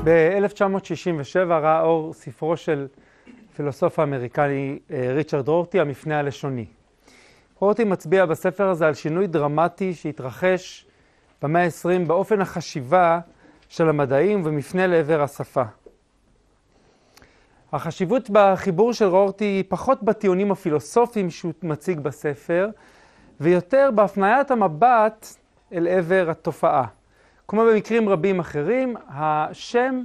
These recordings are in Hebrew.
ב-1967 ראה אור ספרו של פילוסוף האמריקני ריצ'רד רורטי, המפנה הלשוני. רורטי מצביע בספר הזה על שינוי דרמטי שהתרחש במאה ה-20 באופן החשיבה של המדעים ומפנה לעבר השפה. החשיבות בחיבור של רורטי היא פחות בטיעונים הפילוסופיים שהוא מציג בספר, ויותר בהפניית המבט אל עבר התופעה. כמו במקרים רבים אחרים, השם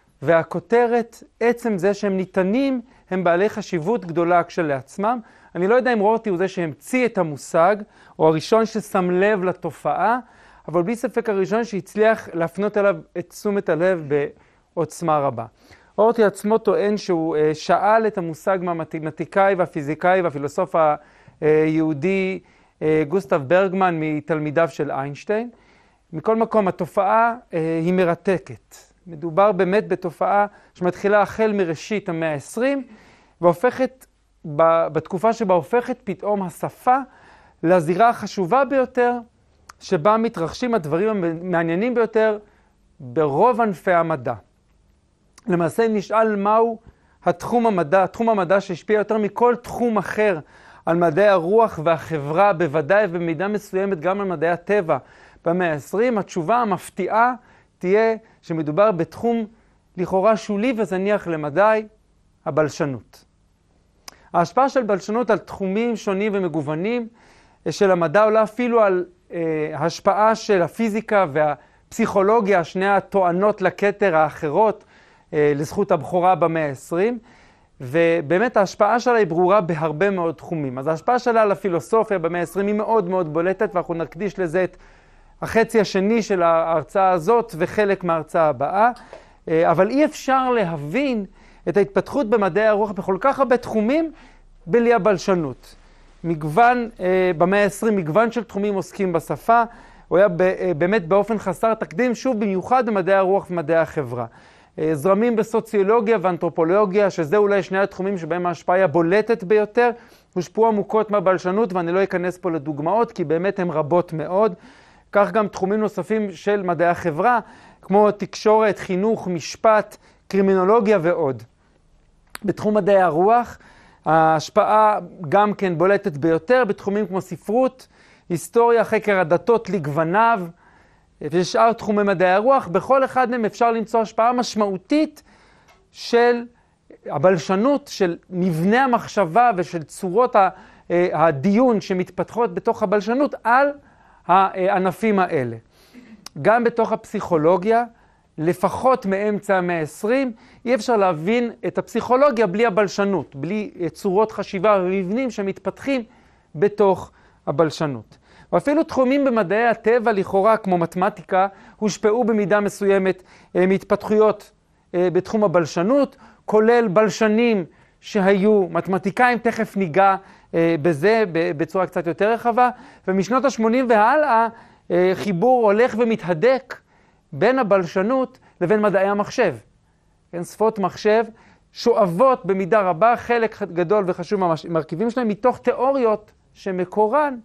והכותרת, עצם זה שהם ניתנים, הם בעלי חשיבות גדולה כשלעצמם. אני לא יודע אם רורטי הוא זה שהמציא את המושג, או הראשון ששם לב לתופעה, אבל בלי ספק הראשון שהצליח להפנות אליו את תשומת הלב בעוצמה רבה. רורטי עצמו טוען שהוא שאל את המושג מהמתמטיקאי והפיזיקאי והפילוסוף היהודי גוסטב ברגמן מתלמידיו של איינשטיין. מכל מקום, התופעה היא מרתקת. מדובר באמת בתופעה שמתחילה החל מראשית המאה ה-20, והופכת, בתקופה שבה הופכת פתאום השפה לזירה החשובה ביותר, שבה מתרחשים הדברים המעניינים ביותר ברוב ענפי המדע. למעשה נשאל מהו תחום המדע שהשפיע יותר מכל תחום אחר על מדעי הרוח והחברה, בוודאי ובמידה מסוימת גם על מדעי הטבע במאה ה-20, התשובה המפתיעה תהיה שמדובר בתחום לכאורה שולי וזניח למדי, הבלשנות. ההשפעה של בלשנות על תחומים שונים ומגוונים של המדע עולה אפילו על השפעה של הפיזיקה והפסיכולוגיה, שני הטוענות לכתר האחרות לזכות הבכורה במאה ה-20, ובאמת ההשפעה שלה היא ברורה בהרבה מאוד תחומים. אז ההשפעה שלה על הפילוסופיה במאה ה-20 היא מאוד מאוד בולטת, ואנחנו נקדיש לזה את החצי השני של ההרצאה הזאת וחלק מההרצאה הבאה, אבל אי אפשר להבין את ההתפתחות במדעי הרוח בכל כך הרבה תחומים בלי הבלשנות. מגוון, במאה ה-20 מגוון של תחומים עוסקים בשפה, הוא היה באמת באופן חסר תקדים, שוב במיוחד במדעי הרוח ומדעי החברה. זרמים בסוציולוגיה ואנתרופולוגיה, שזה אולי שני התחומים שבהם ההשפעה היא הבולטת ביותר, הושפעו עמוקות מהבלשנות, ואני לא אכנס פה לדוגמאות, כי באמת הן רבות מאוד. כך גם תחומים נוספים של מדעי החברה, כמו תקשורת, חינוך, משפט, קרימינולוגיה ועוד. בתחום מדעי הרוח, ההשפעה גם כן בולטת ביותר, בתחומים כמו ספרות, היסטוריה, חקר הדתות לגווניו, ושאר תחומי מדעי הרוח, בכל אחד מהם אפשר למצוא השפעה משמעותית של הבלשנות, של מבנה המחשבה ושל צורות הדיון שמתפתחות בתוך הבלשנות על הענפים האלה. גם בתוך הפסיכולוגיה, לפחות מאמצע המאה ה-20, אי אפשר להבין את הפסיכולוגיה בלי הבלשנות, בלי צורות חשיבה ומבנים שמתפתחים בתוך הבלשנות. ואפילו תחומים במדעי הטבע לכאורה כמו מתמטיקה הושפעו במידה מסוימת מהתפתחויות בתחום הבלשנות, כולל בלשנים שהיו מתמטיקאים, תכף ניגע בזה בצורה קצת יותר רחבה, ומשנות ה-80 והלאה חיבור הולך ומתהדק בין הבלשנות לבין מדעי המחשב. שפות מחשב שואבות במידה רבה חלק גדול וחשוב מהמרכיבים שלהם מתוך תיאוריות שמקורן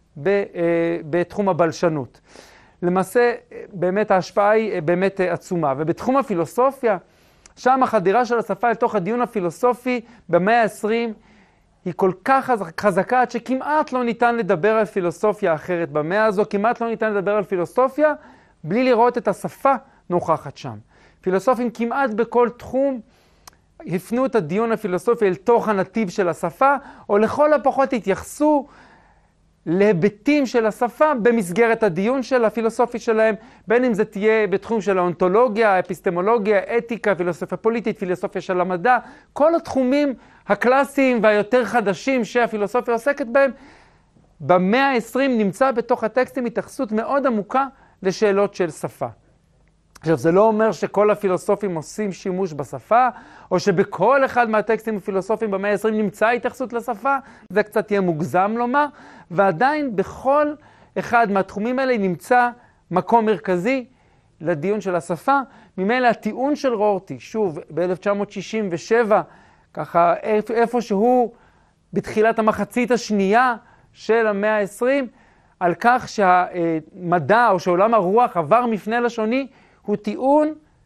בתחום הבלשנות. למעשה, באמת ההשפעה היא באמת עצומה. ובתחום הפילוסופיה, שם החדירה של השפה לתוך הדיון הפילוסופי במאה ה-20 היא כל כך חזקה עד שכמעט לא ניתן לדבר על פילוסופיה אחרת במאה הזו, כמעט לא ניתן לדבר על פילוסופיה בלי לראות את השפה נוכחת שם. פילוסופים כמעט בכל תחום הפנו את הדיון הפילוסופי אל תוך הנתיב של השפה, או לכל הפחות התייחסו להיבטים של השפה במסגרת הדיון של הפילוסופי שלהם, בין אם זה תהיה בתחום של האונתולוגיה, האפיסטמולוגיה, אתיקה, פילוסופיה פוליטית, פילוסופיה של המדע, כל התחומים הקלאסיים והיותר חדשים שהפילוסופיה עוסקת בהם, במאה ה-20 נמצא בתוך הטקסטים התייחסות מאוד עמוקה לשאלות של שפה. עכשיו, זה לא אומר שכל הפילוסופים עושים שימוש בשפה, או שבכל אחד מהטקסטים הפילוסופיים במאה ה-20 נמצא התייחסות לשפה, זה קצת יהיה מוגזם לומר, ועדיין בכל אחד מהתחומים האלה נמצא מקום מרכזי לדיון של השפה. ממילא הטיעון של רורטי, שוב, ב-1967, ככה איפשהו בתחילת המחצית השנייה של המאה ה-20, על כך שהמדע או שעולם הרוח עבר מפנה לשוני, הוא טיעון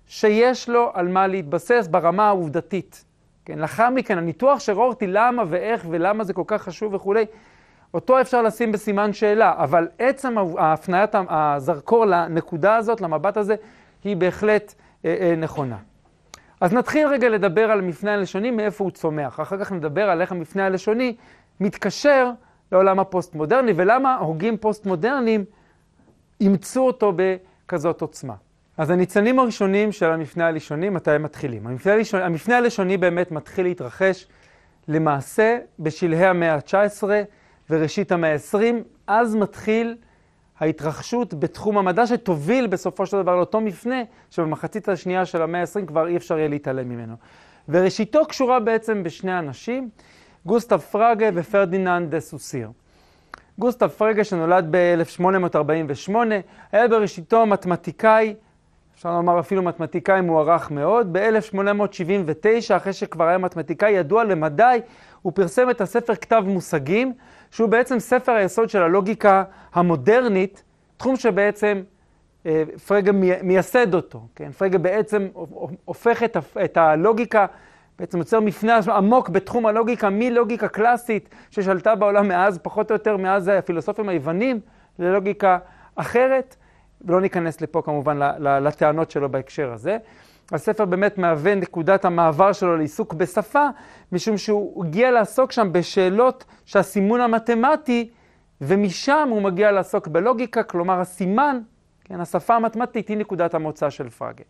שיש לו על מה להתבסס ברמה העובדתית. כן, לאחר מכן, הניתוח של רורטי, למה ואיך ולמה זה כל כך חשוב וכו', אותו אפשר לשים בסימן שאלה, אבל עצם ההפניית הזרקור לנקודה הזאת, למבט הזה, היא בהחלט נכונה. אז נתחיל רגע לדבר על המפנה הלשוני, מאיפה הוא צומח. אחר כך נדבר על איך המפנה הלשוני מתקשר לעולם הפוסט-מודרני, ולמה הוגים פוסט-מודרניים אימצו אותו בכזאת עוצמה. אז הניצנים הראשונים של המפנה הלשוני, מתי הם מתחילים? המפנה הלשוני באמת מתחיל להתרחש למעשה בשלהי המאה ה-19 וראשית המאה ה-20, אז מתחיל ההתרחשות בתחום המדע שתוביל בסופו של דבר לאותו מפנה, שבמחצית השנייה של המאה ה-20 כבר אי אפשר יהיה להתעלם ממנו. וראשיתו קשורה בעצם בשני אנשים, גוסטב פרגה ופרדיננד דה סוסיר. גוסטב פרגה שנולד ב-1848, היה בראשיתו מתמטיקאי, אפשר לומר אפילו מתמטיקאי מוערך מאוד. ב-1879, אחרי שכבר היה מתמטיקאי ידוע למדי, הוא פרסם את הספר כתב מושגים, שהוא בעצם ספר היסוד של הלוגיקה המודרנית, תחום שבעצם פרגה מייסד אותו. כן? פרגה בעצם הופך את הלוגיקה, בעצם יוצר מפנה עמוק בתחום הלוגיקה, מלוגיקה קלאסית ששלטה בעולם מאז, פחות או יותר מאז הפילוסופים היוונים, ללוגיקה אחרת. ולא ניכנס לפה כמובן לטענות שלו בהקשר הזה. הספר באמת מהווה נקודת המעבר שלו לעיסוק בשפה, משום שהוא הגיע לעסוק שם בשאלות שהסימון המתמטי, ומשם הוא מגיע לעסוק בלוגיקה, כלומר הסימן, כן, השפה המתמטית היא נקודת המוצא של פרגה.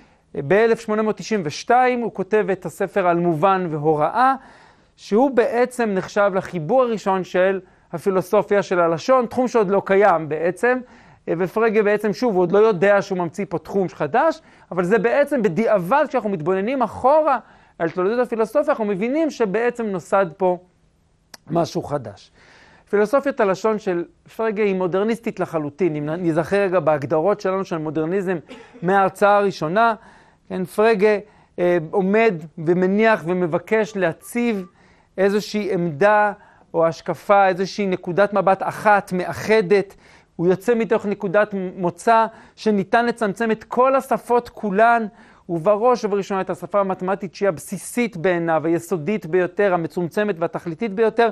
ב-1892 הוא כותב את הספר על מובן והוראה, שהוא בעצם נחשב לחיבור הראשון של הפילוסופיה של הלשון, תחום שעוד לא קיים בעצם, ופרגה בעצם, שוב, הוא עוד לא יודע שהוא ממציא פה תחום חדש, אבל זה בעצם בדיעבד, כשאנחנו מתבוננים אחורה על תולדות הפילוסופיה, אנחנו מבינים שבעצם נוסד פה משהו חדש. פילוסופיית הלשון של פרגה היא מודרניסטית לחלוטין. אם נזכר רגע בהגדרות שלנו של מודרניזם מההרצאה הראשונה, כן, פרגה עומד ומניח ומבקש להציב איזושהי עמדה או השקפה, איזושהי נקודת מבט אחת מאחדת. הוא יוצא מתוך נקודת מוצא שניתן לצמצם את כל השפות כולן, ובראש ובראשונה את השפה המתמטית שהיא הבסיסית בעיניו, היסודית ביותר, המצומצמת והתכליתית ביותר,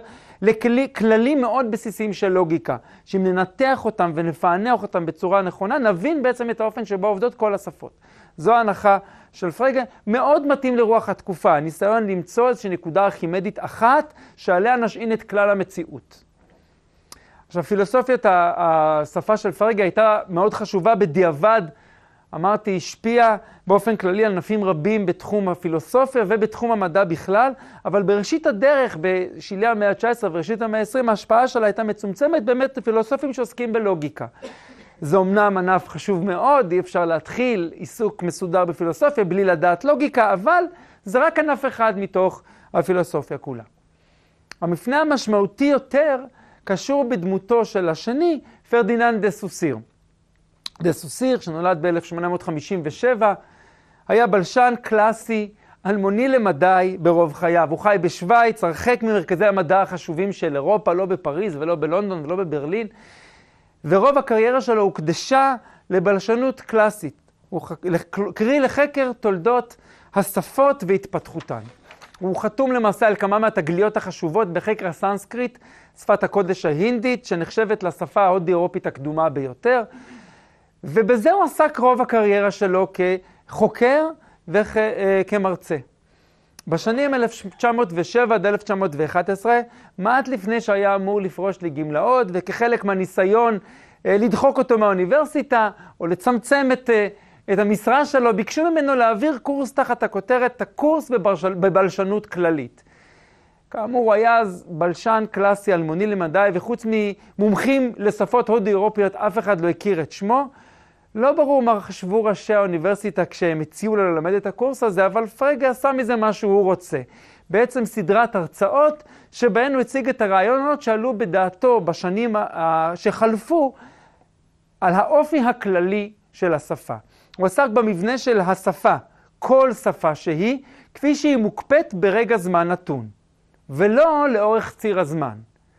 לכללים מאוד בסיסיים של לוגיקה, שאם ננתח אותם ונפענח אותם בצורה נכונה, נבין בעצם את האופן שבו עובדות כל השפות. זו ההנחה של פרגה, מאוד מתאים לרוח התקופה, הניסיון למצוא איזושהי נקודה ארכימדית אחת, שעליה נשעין את כלל המציאות. עכשיו, פילוסופיית השפה של פרגה הייתה מאוד חשובה בדיעבד, אמרתי, השפיעה באופן כללי על ענפים רבים בתחום הפילוסופיה ובתחום המדע בכלל, אבל בראשית הדרך, בשלהי המאה ה-19 וראשית המאה ה-20, ההשפעה שלה הייתה מצומצמת באמת לפילוסופים שעוסקים בלוגיקה. זה אומנם ענף חשוב מאוד, אי אפשר להתחיל עיסוק מסודר בפילוסופיה בלי לדעת לוגיקה, אבל זה רק ענף אחד מתוך הפילוסופיה כולה. המפנה המשמעותי יותר קשור בדמותו של השני, פרדיננד דה סוסיר. דה סוסיר, שנולד ב-1857, היה בלשן קלאסי, אלמוני למדי ברוב חייו. הוא חי בשוויץ, הרחק ממרכזי המדע החשובים של אירופה, לא בפריז ולא בלונדון ולא בברלין, ורוב הקריירה שלו הוקדשה לבלשנות קלאסית, קרי לחקר תולדות השפות והתפתחותן. הוא חתום למעשה על כמה מהתגליות החשובות בחקר הסנסקריט, שפת הקודש ההינדית, שנחשבת לשפה ההודי-אירופית הקדומה ביותר, ובזה הוא עסק רוב הקריירה שלו כחוקר וכמרצה. בשנים 1907 עד 1911, מעט לפני שהיה אמור לפרוש לגמלאות, וכחלק מהניסיון לדחוק אותו מהאוניברסיטה, או לצמצם את המשרה שלו, ביקשו ממנו להעביר קורס תחת הכותרת, הקורס בבלשנות כללית. כאמור, הוא היה אז בלשן קלאסי אלמוני למדי, וחוץ ממומחים לשפות הודי-אירופיות, אף אחד לא הכיר את שמו. לא ברור מה חשבו ראשי האוניברסיטה כשהם הציעו לו ללמד את הקורס הזה, אבל פרגה עשה מזה מה שהוא רוצה. בעצם סדרת הרצאות שבהן הוא הציג את הרעיונות שעלו בדעתו בשנים שחלפו על האופי הכללי של השפה. הוא עסק במבנה של השפה, כל שפה שהיא, כפי שהיא מוקפאת ברגע זמן נתון, ולא לאורך ציר הזמן.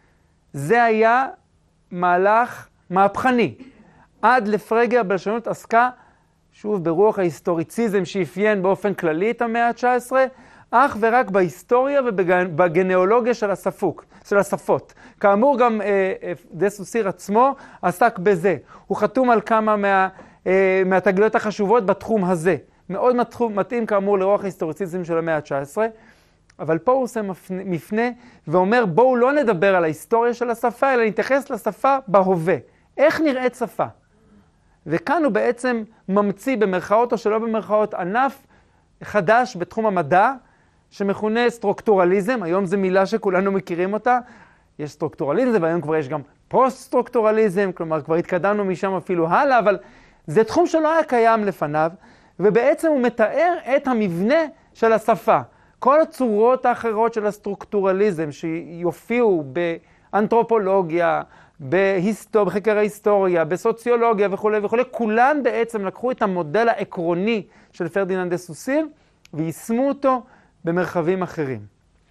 זה היה מהלך מהפכני. עד לפרגה הבלשנות עסקה שוב ברוח ההיסטוריציזם שאפיין באופן כללי את המאה ה-19, אך ורק בהיסטוריה ובגנאולוגיה של השפות. כאמור גם דה סוסיר עצמו עסק בזה. הוא חתום על כמה מהתגליות החשובות בתחום הזה. מאוד מתאים כאמור לרוח ההיסטוריציזם של המאה ה-19, אבל פה הוא עושה מפנה ואומר בואו לא נדבר על ההיסטוריה של השפה, אלא נתייחס לשפה בהווה. איך נראית שפה? וכאן הוא בעצם ממציא במרכאות או שלא במרכאות ענף חדש בתחום המדע, שמכונה סטרוקטורליזם. היום זו מילה שכולנו מכירים אותה. יש סטרוקטורליזם והיום כבר יש גם פוסט-סטרוקטורליזם, כלומר כבר התקדמנו משם אפילו הלאה, אבל זה תחום שלא היה קיים לפניו, ובעצם הוא מתאר את המבנה של השפה. כל הצורות האחרות של הסטרוקטורליזם שיופיעו באנתרופולוגיה, בחקר ההיסטוריה, בסוציולוגיה וכו' וכו', כולם בעצם לקחו את המודל העקרוני של פרדיננד דה סוסיר ויישמו אותו במרחבים אחרים.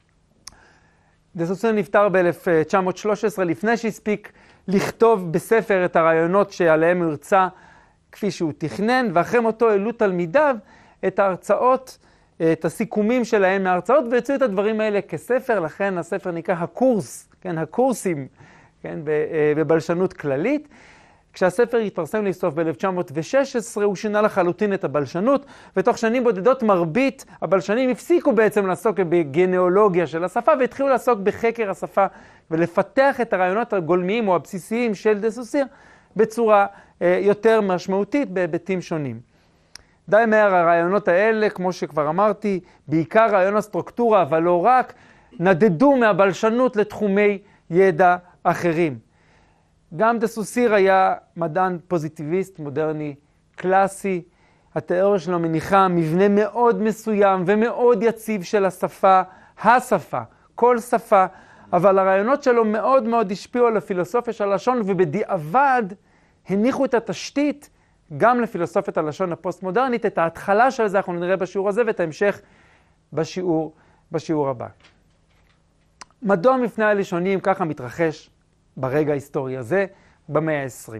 דה סוסיר נפטר ב-1913 לפני שהספיק לכתוב בספר את הרעיונות שעליהם הוא הרצה כפי שהוא תכנן, ואחרי מותו העלו תלמידיו את ההרצאות, את הסיכומים שלהם מההרצאות, והציעו את הדברים האלה כספר, לכן הספר נקרא הקורס, כן, הקורסים, כן, בבלשנות כללית. כשהספר התפרסם לסוף ב-1916, הוא שינה לחלוטין את הבלשנות, ותוך שנים בודדות מרבית הבלשנים הפסיקו בעצם לעסוק בגנאולוגיה של השפה, והתחילו לעסוק בחקר השפה, ולפתח את הרעיונות הגולמיים או הבסיסיים של דה סוסיר, בצורה יותר משמעותית בהיבטים שונים. די מהר הרעיונות האלה, כמו שכבר אמרתי, בעיקר רעיון הסטרוקטורה, אבל לא רק, נדדו מהבלשנות לתחומי ידע אחרים. גם דה סוסיר היה מדען פוזיטיביסט, מודרני, קלאסי. התיאוריה שלו מניחה מבנה מאוד מסוים ומאוד יציב של השפה, כל שפה, אבל הרעיונות שלו מאוד מאוד השפיעו על הפילוסופיה של הלשון, ובדיעבד הניחו את התשתית גם לפילוסופיית הלשון הפוסט-מודרנית. את ההתחלה של זה אנחנו נראה בשיעור הזה, ואת ההמשך בשיעור הבא. מדוע המפנה הלשוני ככה מתרחש ברגע ההיסטורי הזה, במאה ה-20?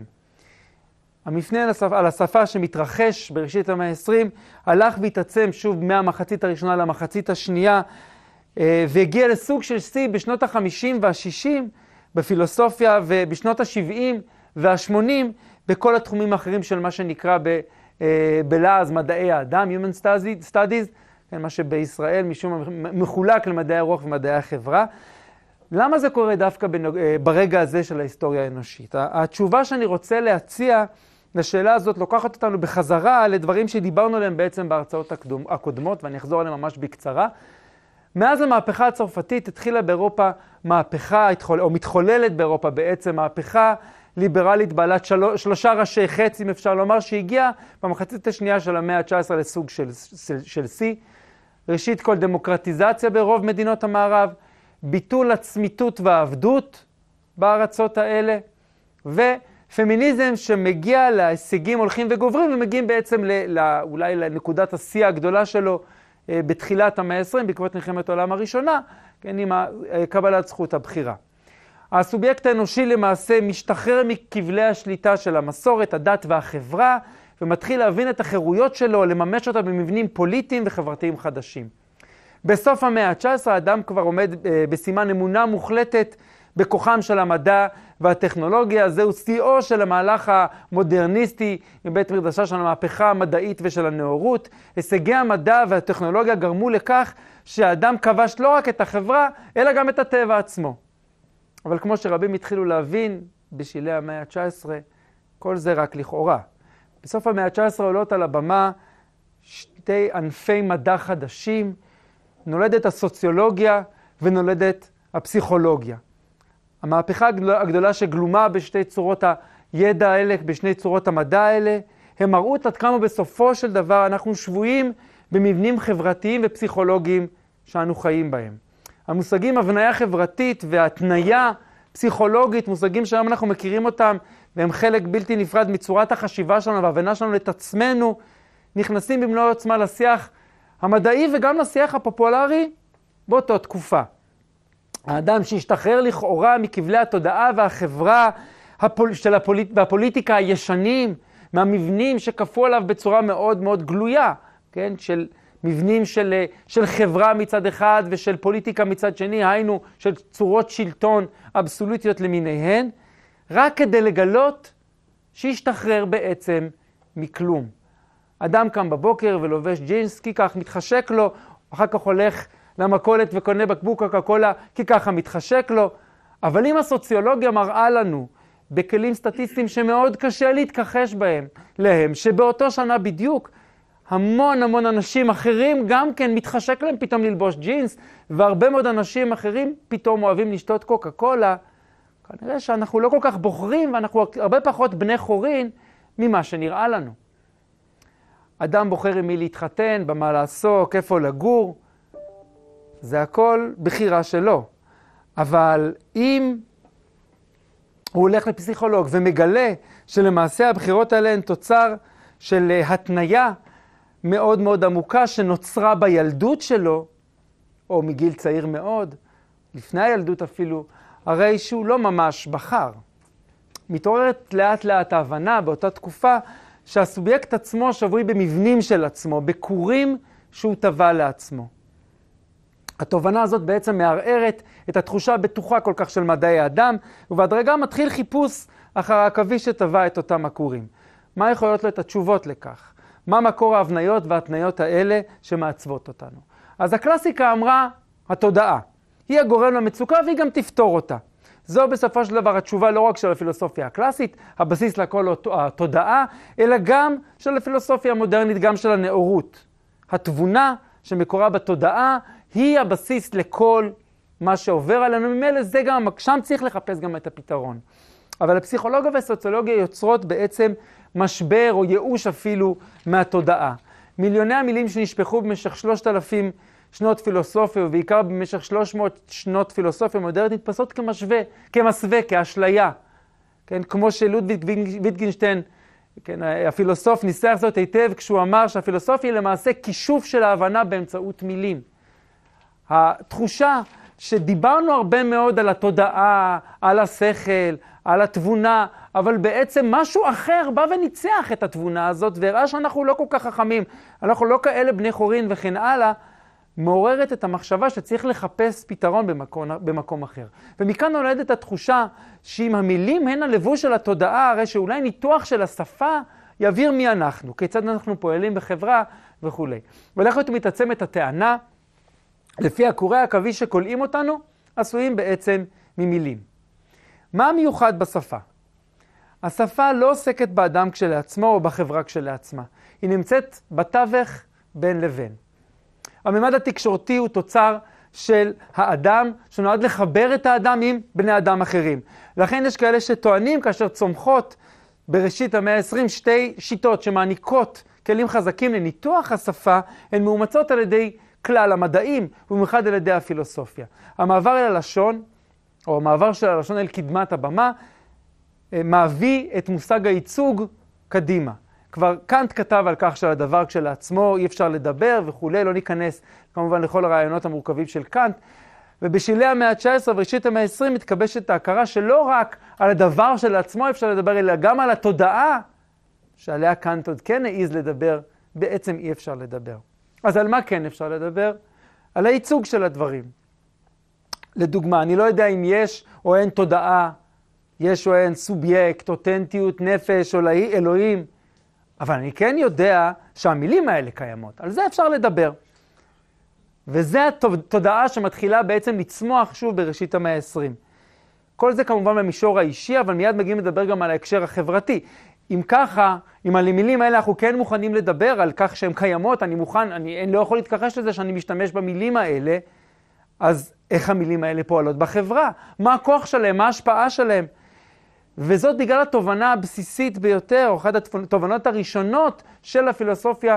המפנה על השפה שמתרחש בראשית המאה ה-20 הלך והתעצם שוב מהמחצית הראשונה למחצית השנייה, והגיע לסוג של שיא בשנות ה-50 וה-60 בפילוסופיה, ובשנות ה-70 וה-80 בכל התחומים האחרים של מה שנקרא בלעז מדעי האדם, Human Studies, מה שבישראל משום מחולק למדעי הרוח ומדעי החברה. למה זה קורה דווקא ברגע הזה של ההיסטוריה האנושית? התשובה שאני רוצה להציע לשאלה הזאת לוקחת אותנו בחזרה לדברים שדיברנו עליהם בעצם בהרצאות הקודמות, ואני אחזור עליהם ממש בקצרה. מאז המהפכה הצרפתית התחילה באירופה מהפכה, או מתחוללת באירופה בעצם מהפכה ליברלית בעלת 3 ראשי חץ, אם אפשר לומר, שהגיעה במחצית השנייה של המאה ה-19 לסוג של שיא. ראשית כל דמוקרטיזציה ברוב מדינות המערב, ביטול הצמיתות והעבדות בארצות האלה, ופמיניזם שמגיע להישגים הולכים וגוברים, ומגיעים בעצם אולי לנקודת השיא הגדולה שלו בתחילת המאה ה-20, בעקבות מלחמת העולם הראשונה, כן, עם קבלת זכות הבחירה. הסובייקט האנושי למעשה משתחרר מכבלי השליטה של המסורת, הדת והחברה, ומתחיל להבין את החירויות שלו, לממש אותה במבנים פוליטיים וחברתיים חדשים. בסוף המאה ה-19 האדם כבר עומד בסימן אמונה מוחלטת בכוחם של המדע והטכנולוגיה. זהו שיאו של המהלך המודרניסטי מבית מקדשה של המהפכה המדעית ושל הנאורות. הישגי המדע והטכנולוגיה גרמו לכך שהאדם כבש לא רק את החברה, אלא גם את הטבע עצמו. אבל כמו שרבים התחילו להבין בשלהי המאה ה-19, כל זה רק לכאורה. בסוף המאה ה-19 עולות על הבמה 2 ענפי מדע חדשים, נולדת הסוציולוגיה ונולדת הפסיכולוגיה. המהפכה הגדולה שגלומה בשתי צורות הידע האלה, בשני צורות המדע האלה, הם מראו עד כמה בסופו של דבר אנחנו שבויים במבנים חברתיים ופסיכולוגיים שאנו חיים בהם. המושגים הבניה חברתית והתניה פסיכולוגית, מושגים שהיום אנחנו מכירים אותם, והם חלק בלתי נפרד מצורת החשיבה שלנו וההבנה שלנו את עצמנו, נכנסים במלוא עוצמה לשיח המדעי וגם לשיח הפופולרי באותה תקופה. האדם שהשתחרר לכאורה מכבלי התודעה והחברה והפוליטיקה הישנים, מהמבנים שכפו עליו בצורה מאוד מאוד גלויה, כן? של מבנים של חברה מצד אחד ושל פוליטיקה מצד שני, היינו של צורות שלטון אבסולוטיות למיניהן, רק כדי לגלות שישתחרר בעצם מכלום. אדם קם בבוקר ולובש ג'ינס, כי כך מתחשק לו, אחר כך הולך למכולת וקונה בקבוק קוקה קולה, כי ככה מתחשק לו. אבל אם הסוציולוגיה מראה לנו בכלים סטטיסטיים שמאוד קשה להתכחש להם, שבאותו שנה בדיוק המון אנשים אחרים גם כן מתחשק להם פתאום ללבוש ג'ינס, והרבה מאוד אנשים אחרים פתאום אוהבים לשתות קוקה קולה, כנראה שאנחנו לא כל כך בוחרים ואנחנו הרבה פחות בני חורין ממה שנראה לנו. אדם בוחר עם מי להתחתן, במה לעסוק, איפה לגור, זה הכל בחירה שלו. אבל אם הוא הולך לפסיכולוג ומגלה שלמעשה הבחירות האלה הן תוצר של התניה מאוד מאוד עמוקה שנוצרה בילדות שלו, או מגיל צעיר מאוד, לפני הילדות אפילו, הרי שהוא לא ממש בחר. מתעוררת לאט לאט ההבנה באותה תקופה שהסובייקט עצמו שבוי במבנים של עצמו, בקורים שהוא טבע לעצמו. התובנה הזאת בעצם מערערת את התחושה הבטוחה כל כך של מדעי האדם, ובהדרגה מתחיל חיפוש אחר העכביש שטבע את אותם הקורים. מה יכולות לו את התשובות לכך? מה מקור ההבניות וההתניות האלה שמעצבות אותנו? אז הקלאסיקה אמרה, התודעה. היא הגורם למצוקה והיא גם תפתור אותה. זו בסופו של דבר התשובה לא רק של הפילוסופיה הקלאסית, הבסיס לכל התודעה, אלא גם של הפילוסופיה המודרנית, גם של הנאורות. התבונה שמקורה בתודעה היא הבסיס לכל מה שעובר עלינו. ממילא זה גם, שם צריך לחפש גם את הפתרון. אבל הפסיכולוגיה והסוציולוגיה יוצרות בעצם משבר או ייאוש אפילו מהתודעה. מיליוני המילים שנשפכו במשך 3,000 שנות פילוסופיה, ובעיקר במשך 300 שנות פילוסופיה מודרנית, נתפסות כמסווה, כאשליה. כן, כמו שלודוויג ויטגנשטיין, כן, הפילוסוף ניסח זאת היטב כשהוא אמר שהפילוסופיה היא למעשה כישוף של ההבנה באמצעות מילים. התחושה שדיברנו הרבה מאוד על התודעה, על השכל, על התבונה, אבל בעצם משהו אחר בא וניצח את התבונה הזאת, והראה שאנחנו לא כל כך חכמים, אנחנו לא כאלה בני חורין וכן הלאה, מעוררת את המחשבה שצריך לחפש פתרון במקום אחר. ומכאן נולדת התחושה שאם המילים הן הלבוש של התודעה, הרי שאולי ניתוח של השפה יבהיר מי אנחנו, כיצד אנחנו פועלים בחברה וכו'. ולכן מתעצמת הטענה, לפי הקורי העכביש שקולעים אותנו, עשויים בעצם ממילים. מה המיוחד בשפה? השפה לא עוסקת באדם כשלעצמו או בחברה כשלעצמה. היא נמצאת בתווך בין לבין. הממד התקשורתי הוא תוצר של האדם שנועד לחבר את האדם עם בני אדם אחרים. לכן יש כאלה שטוענים כאשר צומחות בראשית המאה ה-20 שתי שיטות שמעניקות כלים חזקים לניתוח השפה, הן מאומצות על ידי כלל המדעים ובמיוחד על ידי הפילוסופיה. המעבר אל הלשון, או המעבר של הלשון אל קדמת הבמה, מביא את מושג הייצוג קדימה. כבר קאנט כתב על כך שהדבר כשלעצמו אי אפשר לדבר וכו', לא ניכנס כמובן לכל הרעיונות המורכבים של קאנט. ובשלהי המאה ה-19 וראשית המאה ה-20 מתקבשת ההכרה שלא רק על הדבר שלעצמו אפשר לדבר, אלא גם על התודעה שעליה קאנט עוד כן העיז לדבר, בעצם אי אפשר לדבר. אז על מה כן אפשר לדבר? על הייצוג של הדברים. לדוגמה, אני לא יודע אם יש או אין תודעה, יש או אין סובייקט, אותנטיות, נפש או אלוהים, אבל אני כן יודע שהמילים האלה קיימות. על זה אפשר לדבר. וזה התודעה שמתחילה בעצם לצמוח שוב בראשית המאה ה-20. כל זה כמובן במישור האישי, אבל מיד מגיעים לדבר גם על ההקשר החברתי. אם ככה, אם על המילים האלה אנחנו כן מוכנים לדבר על כך שהן קיימות, אני לא יכול להתכחש לזה שאני משתמש במילים האלה, אז איך המילים האלה פועלות בחברה? מה הכוח שלהם? מה ההשפעה שלהם? וזאת בגלל התובנה הבסיסית ביותר, או אחת התובנות הראשונות של הפילוסופיה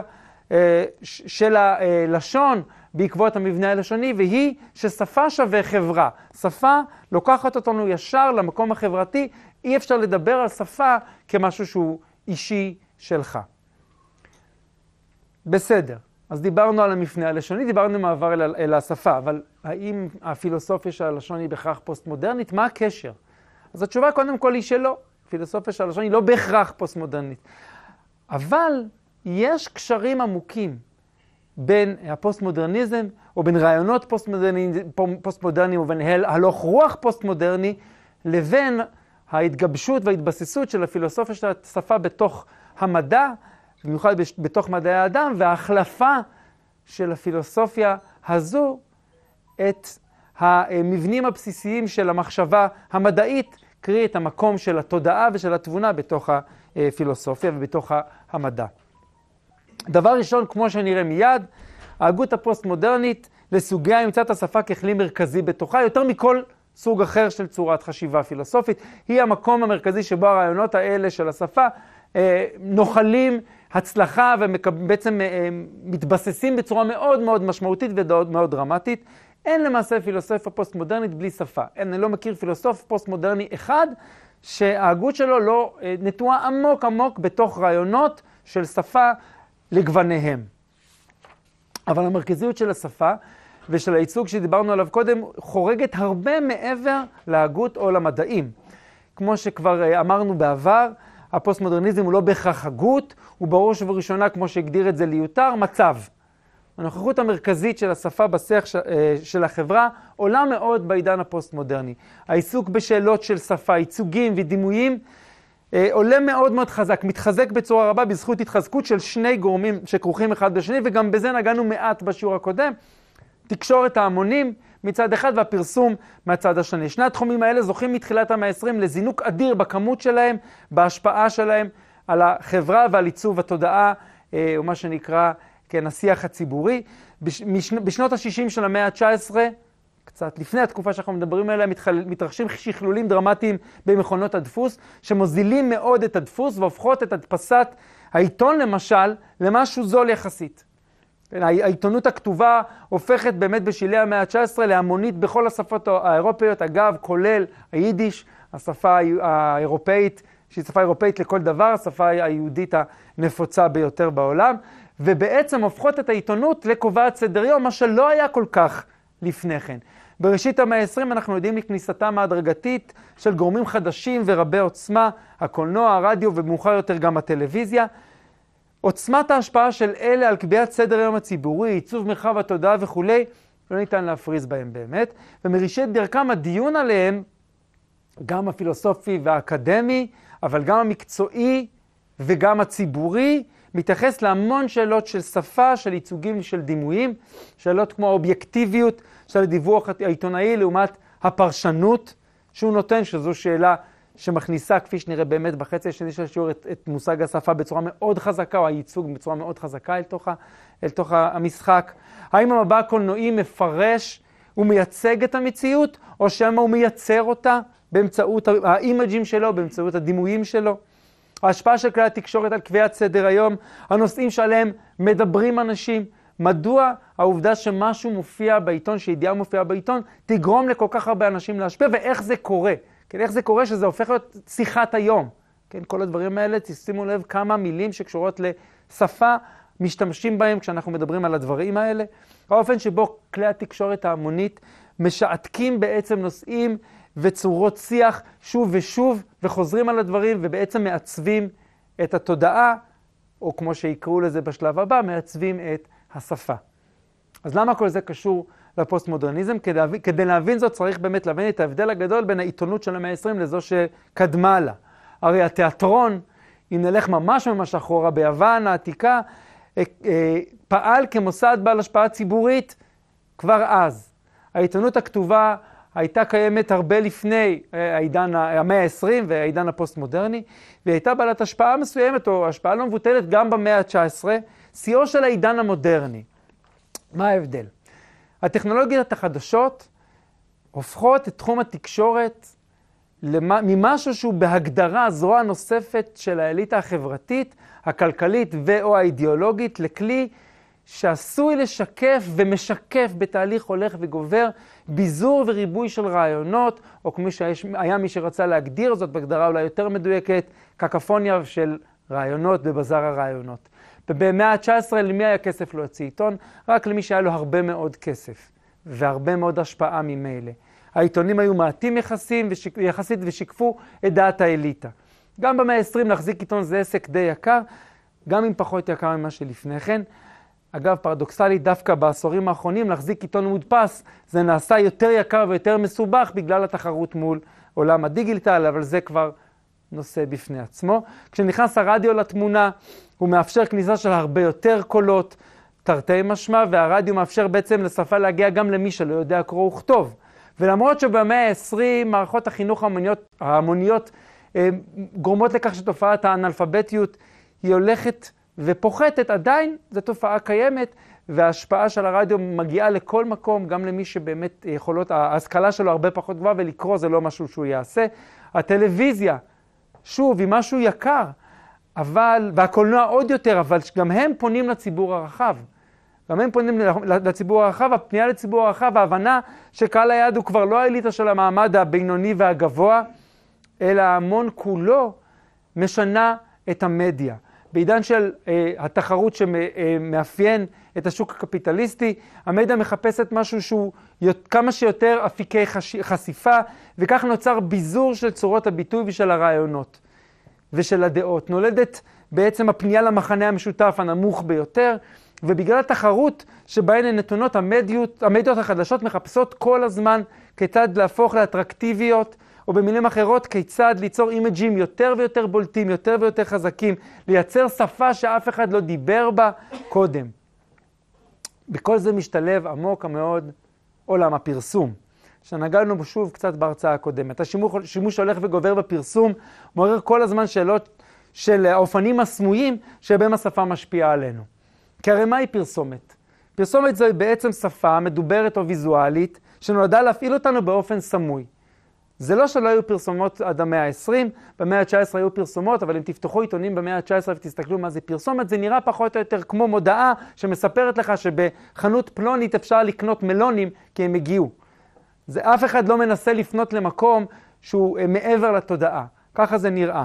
של הלשון, בעקבות המבנה הלשוני, והיא ששפה שווה חברה. שפה לוקחת אותנו ישר למקום החברתי, אי אפשר לדבר על שפה כמשהו שהוא אישי שלך. בסדר, אז דיברנו על המפנה הלשוני, דיברנו מעבר אל השפה, אבל האם הפילוסופיה של הלשון היא בהכרח פוסט-מודרנית? מה הקשר? אז התשובה קודם כל היא שלא. פילוסופיה של הלשון היא לא בהכרח פוסט-מודרנית. אבל יש קשרים עמוקים בין הפוסט-מודרניזם, או בין רעיונות פוסט-מודרניים, ובין הלוך רוח פוסט-מודרני, לבין ההתגבשות וההתבססות של הפילוסופיה של השפה בתוך המדע, במיוחד בתוך מדעי האדם, וההחלפה של הפילוסופיה הזו את המבנים הבסיסיים של המחשבה המדעית, קרי את המקום של התודעה ושל התבונה בתוך הפילוסופיה ובתוך המדע. דבר ראשון, כמו שנראה מיד, ההגות הפוסט-מודרנית לסוגיה ימצא את השפה ככלי מרכזי בתוכה, יותר מכל סוג אחר של צורת חשיבה פילוסופית. היא המקום המרכזי שבו הרעיונות האלה של השפה נוחלים הצלחה ובעצם מתבססים בצורה מאוד מאוד משמעותית ומאוד דרמטית. אין למעשה פילוסופיה פוסט-מודרנית בלי שפה. אני לא מכיר פילוסוף פוסט-מודרני אחד שההגות שלו לא נטועה עמוק עמוק בתוך רעיונות של שפה לגווניהם. אבל המרכזיות של השפה ושל הייצוג שדיברנו עליו קודם חורגת הרבה מעבר להגות או למדעים. כמו שכבר אמרנו בעבר, הפוסט-מודרניזם הוא לא בהכרח הגות, הוא בראש ובראשונה, כמו שהגדיר את זה ליותר, מצב. הנוכחות המרכזית של השפה בשיח של החברה עולה מאוד בעידן הפוסט-מודרני. העיסוק בשאלות של שפה, ייצוגים ודימויים, עולה מאוד מאוד חזק, מתחזק בצורה רבה בזכות התחזקות של שני גורמים שכרוכים אחד בשני, וגם בזה נגענו מעט בשיעור הקודם, תקשורת ההמונים מצד אחד והפרסום מהצד השני. שני התחומים האלה זוכים מתחילת המאה ה-20 לזינוק אדיר בכמות שלהם, בהשפעה שלהם על החברה ועל עיצוב התודעה, או מה שנקרא כן, השיח הציבורי. בשנות ה-60 של המאה ה-19, קצת לפני התקופה שאנחנו מדברים עליה, מתרחשים שכלולים דרמטיים במכונות הדפוס, שמוזילים מאוד את הדפוס והופכות את הדפסת העיתון למשל למשהו זול יחסית. העיתונות הכתובה הופכת באמת בשלהי המאה ה-19 להמונית בכל השפות האירופאיות, אגב, כולל היידיש, השפה האירופאית, שהיא שפה אירופאית לכל דבר, השפה היהודית הנפוצה ביותר בעולם, ובעצם הופכות את העיתונות לקובעת סדר יום, מה שלא היה כל כך לפני כן. בראשית המאה ה-20 אנחנו יודעים לכניסתם ההדרגתית של גורמים חדשים ורבי עוצמה, הקולנוע, הרדיו ומאוחר יותר גם הטלוויזיה. עוצמת ההשפעה של אלה על קביעת סדר היום הציבורי, עיצוב מרחב התודעה וכו', לא ניתן להפריז בהם באמת. ומראשית דרכם הדיון עליהם, גם הפילוסופי והאקדמי, אבל גם המקצועי וגם הציבורי, מתייחס להמון שאלות של שפה, של ייצוגים, של דימויים, שאלות כמו האובייקטיביות של הדיווח העיתונאי לעומת הפרשנות שהוא נותן, שזו שאלה שמכניסה, כפי שנראה באמת בחצי השני של השיעור, את מושג השפה בצורה מאוד חזקה, או הייצוג בצורה מאוד חזקה אל תוך המשחק. האם המבע הקולנועי מפרש ומייצג את המציאות, או שמא הוא מייצר אותה באמצעות האימג'ים שלו, באמצעות הדימויים שלו? ההשפעה של כלי התקשורת על קביעת סדר היום, הנושאים שעליהם מדברים אנשים, מדוע העובדה שמשהו מופיע בעיתון, שידיעה מופיעה בעיתון, תגרום לכל כך הרבה אנשים להשפיע, ואיך זה קורה? כן, איך זה קורה שזה הופך להיות שיחת היום? כן, כל הדברים האלה, תשימו לב כמה מילים שקשורות לשפה משתמשים בהם כשאנחנו מדברים על הדברים האלה. האופן שבו כלי התקשורת ההמונית משעתקים בעצם נושאים וצורות שיח שוב ושוב, וחוזרים על הדברים ובעצם מעצבים את התודעה, או כמו שיקראו לזה בשלב הבא, מעצבים את השפה. אז למה כל זה קשור לפוסט-מודרניזם? כדי להבין זאת צריך באמת להבין את ההבדל הגדול בין העיתונות של המאה ה-20 לזו שקדמה לה. הרי התיאטרון, אם נלך ממש אחורה ביוון העתיקה, פעל כמוסד בעל השפעה ציבורית כבר אז. העיתונות הכתובה הייתה קיימת הרבה לפני העידן המאה ה-20 והעידן הפוסט-מודרני, והיא הייתה בעלת השפעה מסוימת, או השפעה לא מבוטלת גם במאה ה-19, שיאו של העידן המודרני. מה ההבדל? הטכנולוגיות החדשות הופכות את תחום התקשורת ממשהו שהוא בהגדרה זרוע נוספת של האליטה החברתית, הכלכלית ואו האידיאולוגית, לכלי שעשוי לשקף ומשקף בתהליך הולך וגובר ביזור וריבוי של רעיונות, או כמו שהיה מי שרצה להגדיר זאת בהגדרה אולי יותר מדויקת, קקופוניה של רעיונות בבזר הרעיונות. ובמאה ה-19 למי היה כסף להוציא עיתון? רק למי שהיה לו הרבה מאוד כסף והרבה מאוד השפעה ממילא. העיתונים היו מעטים יחסית ושיקפו את דעת האליטה. גם במאה ה-20 להחזיק עיתון זה עסק די יקר, גם אם פחות יקר ממה שלפני כן. אגב, פרדוקסלית, דווקא בעשורים האחרונים, להחזיק עיתון מודפס, זה נעשה יותר יקר ויותר מסובך בגלל התחרות מול עולם הדיגיטל, אבל זה כבר נושא בפני עצמו. כשנכנס הרדיו לתמונה, הוא מאפשר כניסה של הרבה יותר קולות, תרתי משמע, והרדיו מאפשר בעצם לשפה להגיע גם למי שלא יודע קרוא וכתוב. ולמרות שבמאה ה-20 מערכות החינוך ההמוניות גורמות לכך שתופעת האנאלפביתיות היא הולכת ופוחתת, עדיין זו תופעה קיימת, וההשפעה של הרדיו מגיעה לכל מקום, גם למי שבאמת יכולות, ההשכלה שלו הרבה פחות גבוהה, ולקרוא זה לא משהו שהוא יעשה. הטלוויזיה, שוב, היא משהו יקר, והקולנוע עוד יותר, אבל גם הם פונים לציבור הרחב. גם הם פונים לציבור הרחב, הפנייה לציבור הרחב, ההבנה שקהל היעד הוא כבר לא האליטה של המעמד הבינוני והגבוה, אלא המון כולו משנה את המדיה. בעידן של התחרות שמאפיין את השוק הקפיטליסטי, המדיה מחפשת משהו שהוא כמה שיותר אפיקי חשיפה, וכך נוצר ביזור של צורות הביטוי ושל הרעיונות ושל הדעות. נולדת בעצם הפנייה למחנה המשותף הנמוך ביותר, ובגלל התחרות שבהן הן נתונות, המדיות החדשות מחפשות כל הזמן כיצד להפוך לאטרקטיביות, או במילים אחרות, כיצד ליצור אימג'ים יותר ויותר בולטים, יותר ויותר חזקים, לייצר שפה שאף אחד לא דיבר בה קודם. בכל זה משתלב עמוק מאוד עולם הפרסום, שנגענו בו שוב קצת בהרצאה הקודמת. השימוש הולך וגובר בפרסום, מעורר כל הזמן שאלות של האופנים הסמויים שבהם השפה משפיעה עלינו. כי הרי מהי פרסומת? פרסומת זו בעצם שפה מדוברת או ויזואלית, שנולדה להפעיל אותנו באופן סמוי. זה לא שלא היו פרסומות עד המאה ה-20, במאה ה-19 היו פרסומות, אבל אם תפתחו עיתונים במאה ה-19 ותסתכלו מה זה פרסומת, זה נראה פחות או יותר כמו מודעה שמספרת לך שבחנות פלונית אפשר לקנות מלונים כי הם הגיעו. אף אחד לא מנסה לפנות למקום שהוא מעבר לתודעה. ככה זה נראה.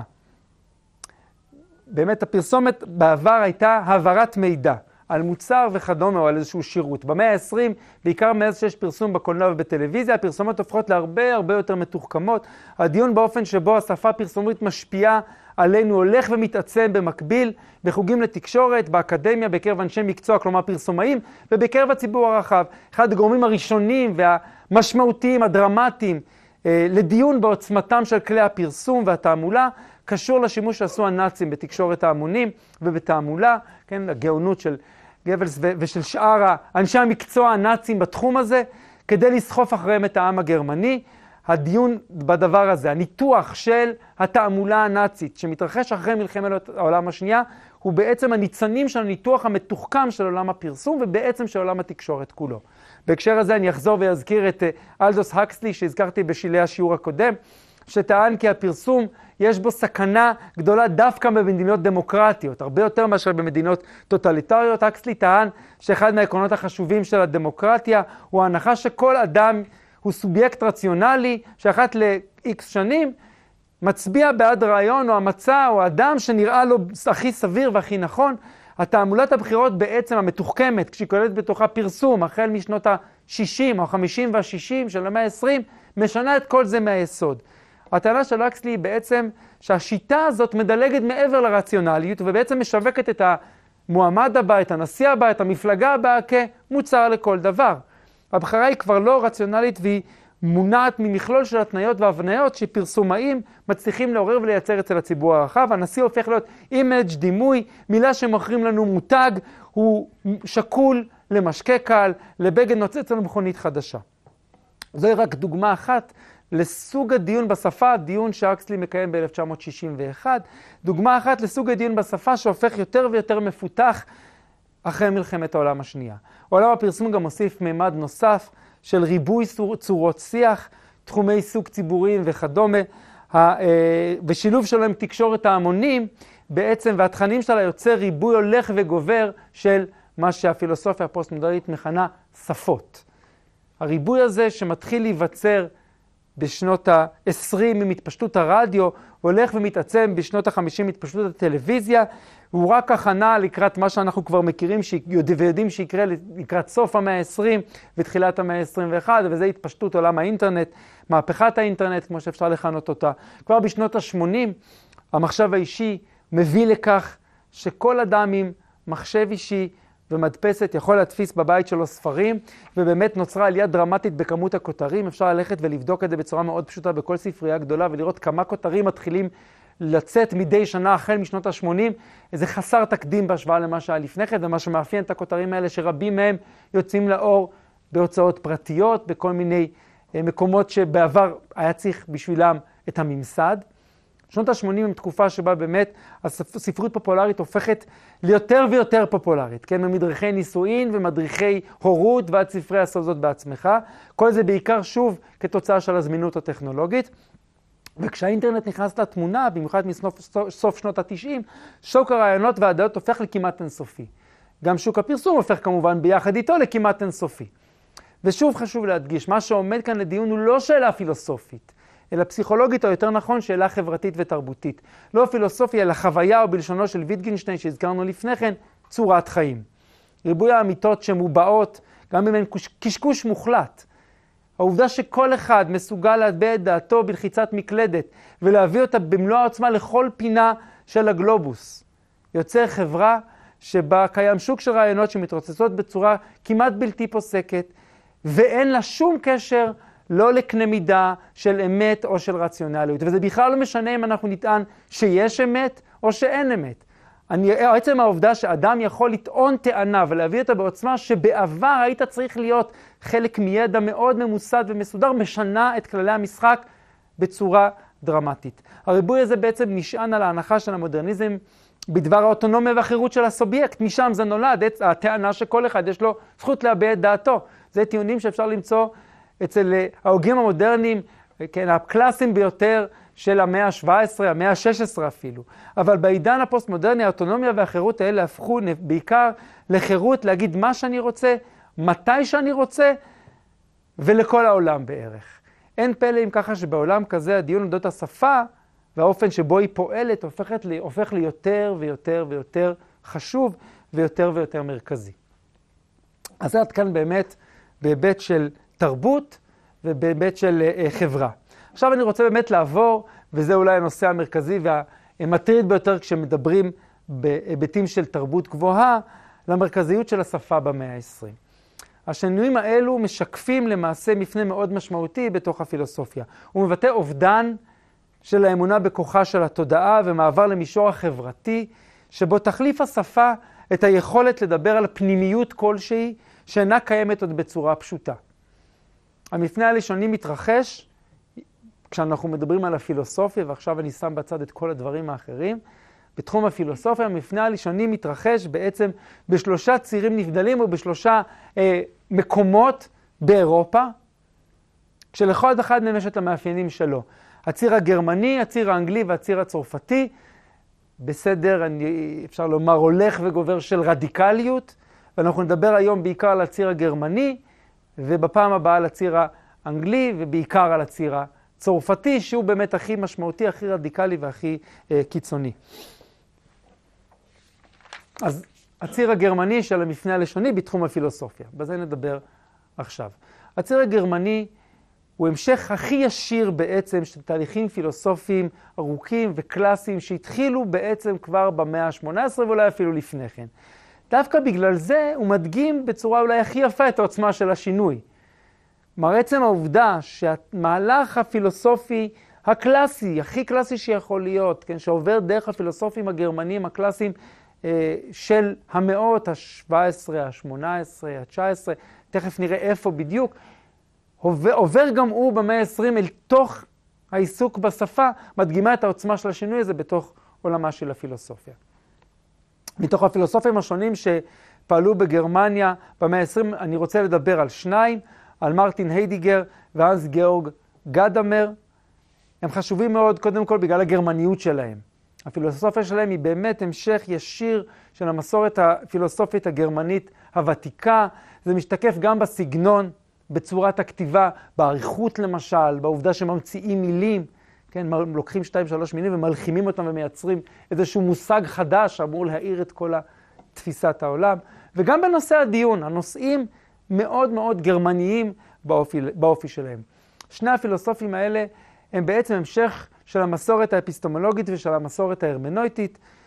באמת הפרסומת בעבר הייתה העברת מידע על מוצר וכדומה או על איזשהו שירות. במאה ה-20, בעיקר מאז שיש פרסום בקולנוע ובטלוויזיה, הפרסומות הופכות להרבה הרבה יותר מתוחכמות. הדיון באופן שבו השפה הפרסומית משפיעה עלינו הולך ומתעצם במקביל, בחוגים לתקשורת, באקדמיה, בקרב אנשי מקצוע, כלומר פרסומאים, ובקרב הציבור הרחב. אחד הגורמים הראשונים והמשמעותיים, הדרמטיים, לדיון בעוצמתם של כלי הפרסום והתעמולה, קשור לשימוש שעשו הנאצים בתקשורת ההמונים ובתעמולה, כן, הגאונות של גבלס ושל שאר אנשי המקצוע הנאצים בתחום הזה, כדי לסחוף אחריהם את העם הגרמני. הדיון בדבר הזה, הניתוח של התעמולה הנאצית שמתרחש אחרי מלחמת העולם השנייה, הוא בעצם הניצנים של הניתוח המתוחכם של עולם הפרסום ובעצם של עולם התקשורת כולו. בהקשר הזה אני אחזור ויזכיר את אלדוס הקסלי שהזכרתי בשילי השיעור הקודם, שטען כי הפרסום יש בו סכנה גדולה דווקא במדינות דמוקרטיות, הרבה יותר מאשר במדינות טוטליטריות. הקסלי טען שאחד מהעקרונות החשובים של הדמוקרטיה הוא ההנחה שכל אדם הוא סובייקט רציונלי, שאחת ל-X שנים מצביע בעד רעיון או המצע או אדם שנראה לו הכי סביר והכי נכון. התעמולת הבחירות בעצם המתוחכמת, כשהיא כוללת בתוכה פרסום, החל משנות ה-60 או ה-50 וה-60 של המאה ה-20, משנה את כל זה מהיסוד. הטענה של הקסלי היא בעצם שהשיטה הזאת מדלגת מעבר לרציונליות, ובעצם משווקת את המועמד הבא, את הנשיא הבא, את המפלגה הבאה כמוצר לכל דבר. הבחירה היא כבר לא רציונלית והיא מונעת ממכלול של התניות והבניות שפרסומאים מצליחים לעורר ולייצר אצל הציבור הרחב. הנשיא הופך להיות אימג', דימוי, מילה שמוכרים לנו מותג, הוא שקול למשקה קל, לבגד נוצץ למכונית חדשה. זוהי רק דוגמה אחת לסוג הדיון בשפה, הדיון שהקסלי מקיים ב-1961, דוגמה אחת לסוג הדיון בשפה שהופך יותר ויותר מפותח אחרי מלחמת העולם השנייה. עולם הפרסום גם מוסיף מימד נוסף של ריבוי צורות שיח, תחומי עיסוק ציבוריים וכדומה, בשילוב שלו עם תקשורת ההמונים, בעצם והתכנים שלה יוצר ריבוי הולך וגובר של מה שהפילוסופיה הפוסט-מודרנית מכנה שפות. הריבוי הזה שמתחיל להיווצר בשנות ה-20 עם התפשטות הרדיו, הולך ומתעצם בשנות ה-50 עם התפשטות הטלוויזיה, הוא רק הכנה לקראת מה שאנחנו כבר מכירים ויודעים שיקרה לקראת סוף המאה ה-20 ותחילת המאה ה-21, וזה התפשטות עולם האינטרנט, מהפכת האינטרנט, כמו שאפשר לכנות אותה. כבר בשנות ה-80 המחשב האישי מביא לכך שכל אדם עם מחשב אישי ומדפסת יכול להדפיס בבית שלו ספרים, ובאמת נוצרה עלייה דרמטית בכמות הכותרים. אפשר ללכת ולבדוק את זה בצורה מאוד פשוטה בכל ספרייה גדולה, ולראות כמה כותרים מתחילים לצאת מדי שנה החל משנות ה-80. זה חסר תקדים בהשוואה למה שהיה לפני כן, ומה שמאפיין את הכותרים האלה שרבים מהם יוצאים לאור בהוצאות פרטיות, בכל מיני מקומות שבעבר היה צריך בשבילם את הממסד. שנות ה-80 הם תקופה שבה באמת הספרות פופולרית הופכת ליותר ויותר פופולרית, כן? ממדריכי נישואין ומדריכי הורות ועד ספרי עשה זאת בעצמך. כל זה בעיקר שוב כתוצאה של הזמינות הטכנולוגית. וכשהאינטרנט נכנס לתמונה, במיוחד מסוף שנות ה-90, שוק הרעיונות והדעות הופך לכמעט אינסופי. גם שוק הפרסום הופך כמובן ביחד איתו לכמעט אינסופי. ושוב חשוב להדגיש, מה שעומד כאן לדיון הוא לא שאלה פילוסופית, אלא פסיכולוגית, או יותר נכון, שאלה חברתית ותרבותית. לא פילוסופיה, אלא חוויה, או בלשונו של ויטגנשטיין שהזכרנו לפני כן, צורת חיים. ריבוי האמיתות שמובעות, גם אם הן קשקוש מוחלט. העובדה שכל אחד מסוגל להטביע את דעתו בלחיצת מקלדת, ולהביא אותה במלוא העוצמה לכל פינה של הגלובוס. יוצר חברה שבה קיים שוק של רעיונות שמתרוצצות בצורה כמעט בלתי פוסקת, ואין לה שום קשר לא לקנה מידה של אמת או של רציונליות. וזה בכלל לא משנה אם אנחנו נטען שיש אמת או שאין אמת. עצם העובדה שאדם יכול לטעון טענה ולהביא אותה בעוצמה שבעבר היית צריך להיות חלק מידע מאוד ממוסד ומסודר, משנה את כללי המשחק בצורה דרמטית. הריבוי הזה בעצם נשען על ההנחה של המודרניזם בדבר האוטונומיה והחירות של הסובייקט. משם זה נולד, הטענה שכל אחד יש לו זכות להביע את דעתו. זה טיעונים שאפשר למצוא אצל ההוגים המודרניים, כן, הקלאסיים ביותר של המאה ה-17, המאה ה-16 אפילו. אבל בעידן הפוסט-מודרני, האוטונומיה והחירות האלה הפכו בעיקר לחירות להגיד מה שאני רוצה, מתי שאני רוצה, ולכל העולם בערך. אין פלא אם ככה שבעולם כזה הדיון על אודות השפה והאופן שבו היא פועלת הופך ליותר ויותר ויותר חשוב ויותר ויותר מרכזי. אז עד כאן באמת בהיבט של תרבות ובהיבט של חברה. עכשיו אני רוצה באמת לעבור, וזה אולי הנושא המרכזי והמטריד ביותר כשמדברים בהיבטים של תרבות גבוהה, למרכזיות של השפה במאה ה-20. השינויים האלו משקפים למעשה מפנה מאוד משמעותי בתוך הפילוסופיה. הוא מבטא אובדן של האמונה בכוחה של התודעה ומעבר למישור החברתי, שבו תחליף השפה את היכולת לדבר על פנימיות כלשהי שאינה קיימת עוד בצורה פשוטה. המפנה הראשוני מתרחש כשאנחנו מדברים על הפילוסופיה, ועכשיו אני שם בצד את כל הדברים האחרים. בתחום הפילוסופיה, המפנה הראשוני מתרחש בעצם בשלושה צירים נבדלים או בשלושה מקומות באירופה, כשלכל אחד מהם יש את המאפיינים שלו. הציר הגרמני, הציר האנגלי והציר הצרפתי, בסדר, אפשר לומר, הולך וגובר של רדיקליות, ואנחנו נדבר היום בעיקר על הציר הגרמני, ובפעם הבאה על הציר האנגלי, ובעיקר על הציר הצרפתי, שהוא באמת הכי משמעותי, הכי רדיקלי והכי קיצוני. אז הציר הגרמני של המפנה הלשוני בתחום הפילוסופיה, בזה נדבר עכשיו. הציר הגרמני הוא המשך הכי ישיר בעצם של תהליכים פילוסופיים ארוכים וקלאסיים שהתחילו בעצם כבר במאה ה-18 ואולי אפילו לפני כן. דווקא בגלל זה הוא מדגים בצורה אולי הכי יפה את העוצמה של השינוי. עצם העובדה שהמהלך הפילוסופי הקלאסי, הכי קלאסי שיכול להיות, כן, שעובר דרך הפילוסופים הגרמנים הקלאסיים של המאות ה-17, ה-18, ה-19, תכף נראה איפה בדיוק, עובר גם הוא במאה ה-20 אל תוך העיסוק בשפה, מדגימה את העוצמה של השינוי הזה בתוך עולמה של הפילוסופיה. מתוך הפילוסופים השונים שפעלו בגרמניה במאה ה-20, אני רוצה לדבר על שניים, על מרטין היידיגר והנס גאורג גדמר. הם חשובים מאוד קודם כל בגלל הגרמניות שלהם. הפילוסופיה שלהם היא באמת המשך ישיר של המסורת הפילוסופית הגרמנית הוותיקה. זה משתקף גם בסגנון, בצורת הכתיבה, בעריכות למשל, בעובדה שממציאים מילים, כן, לוקחים 2-3 מילים ומלחימים אותם ומייצרים איזשהו מושג חדש שאמור להאיר את כל תפיסת העולם. וגם בנושא הדיון, הנושאים מאוד מאוד גרמניים באופי שלהם. שני הפילוסופים האלה הם בעצם המשך של המסורת האפיסטמולוגית ושל המסורת ההרמנויטית,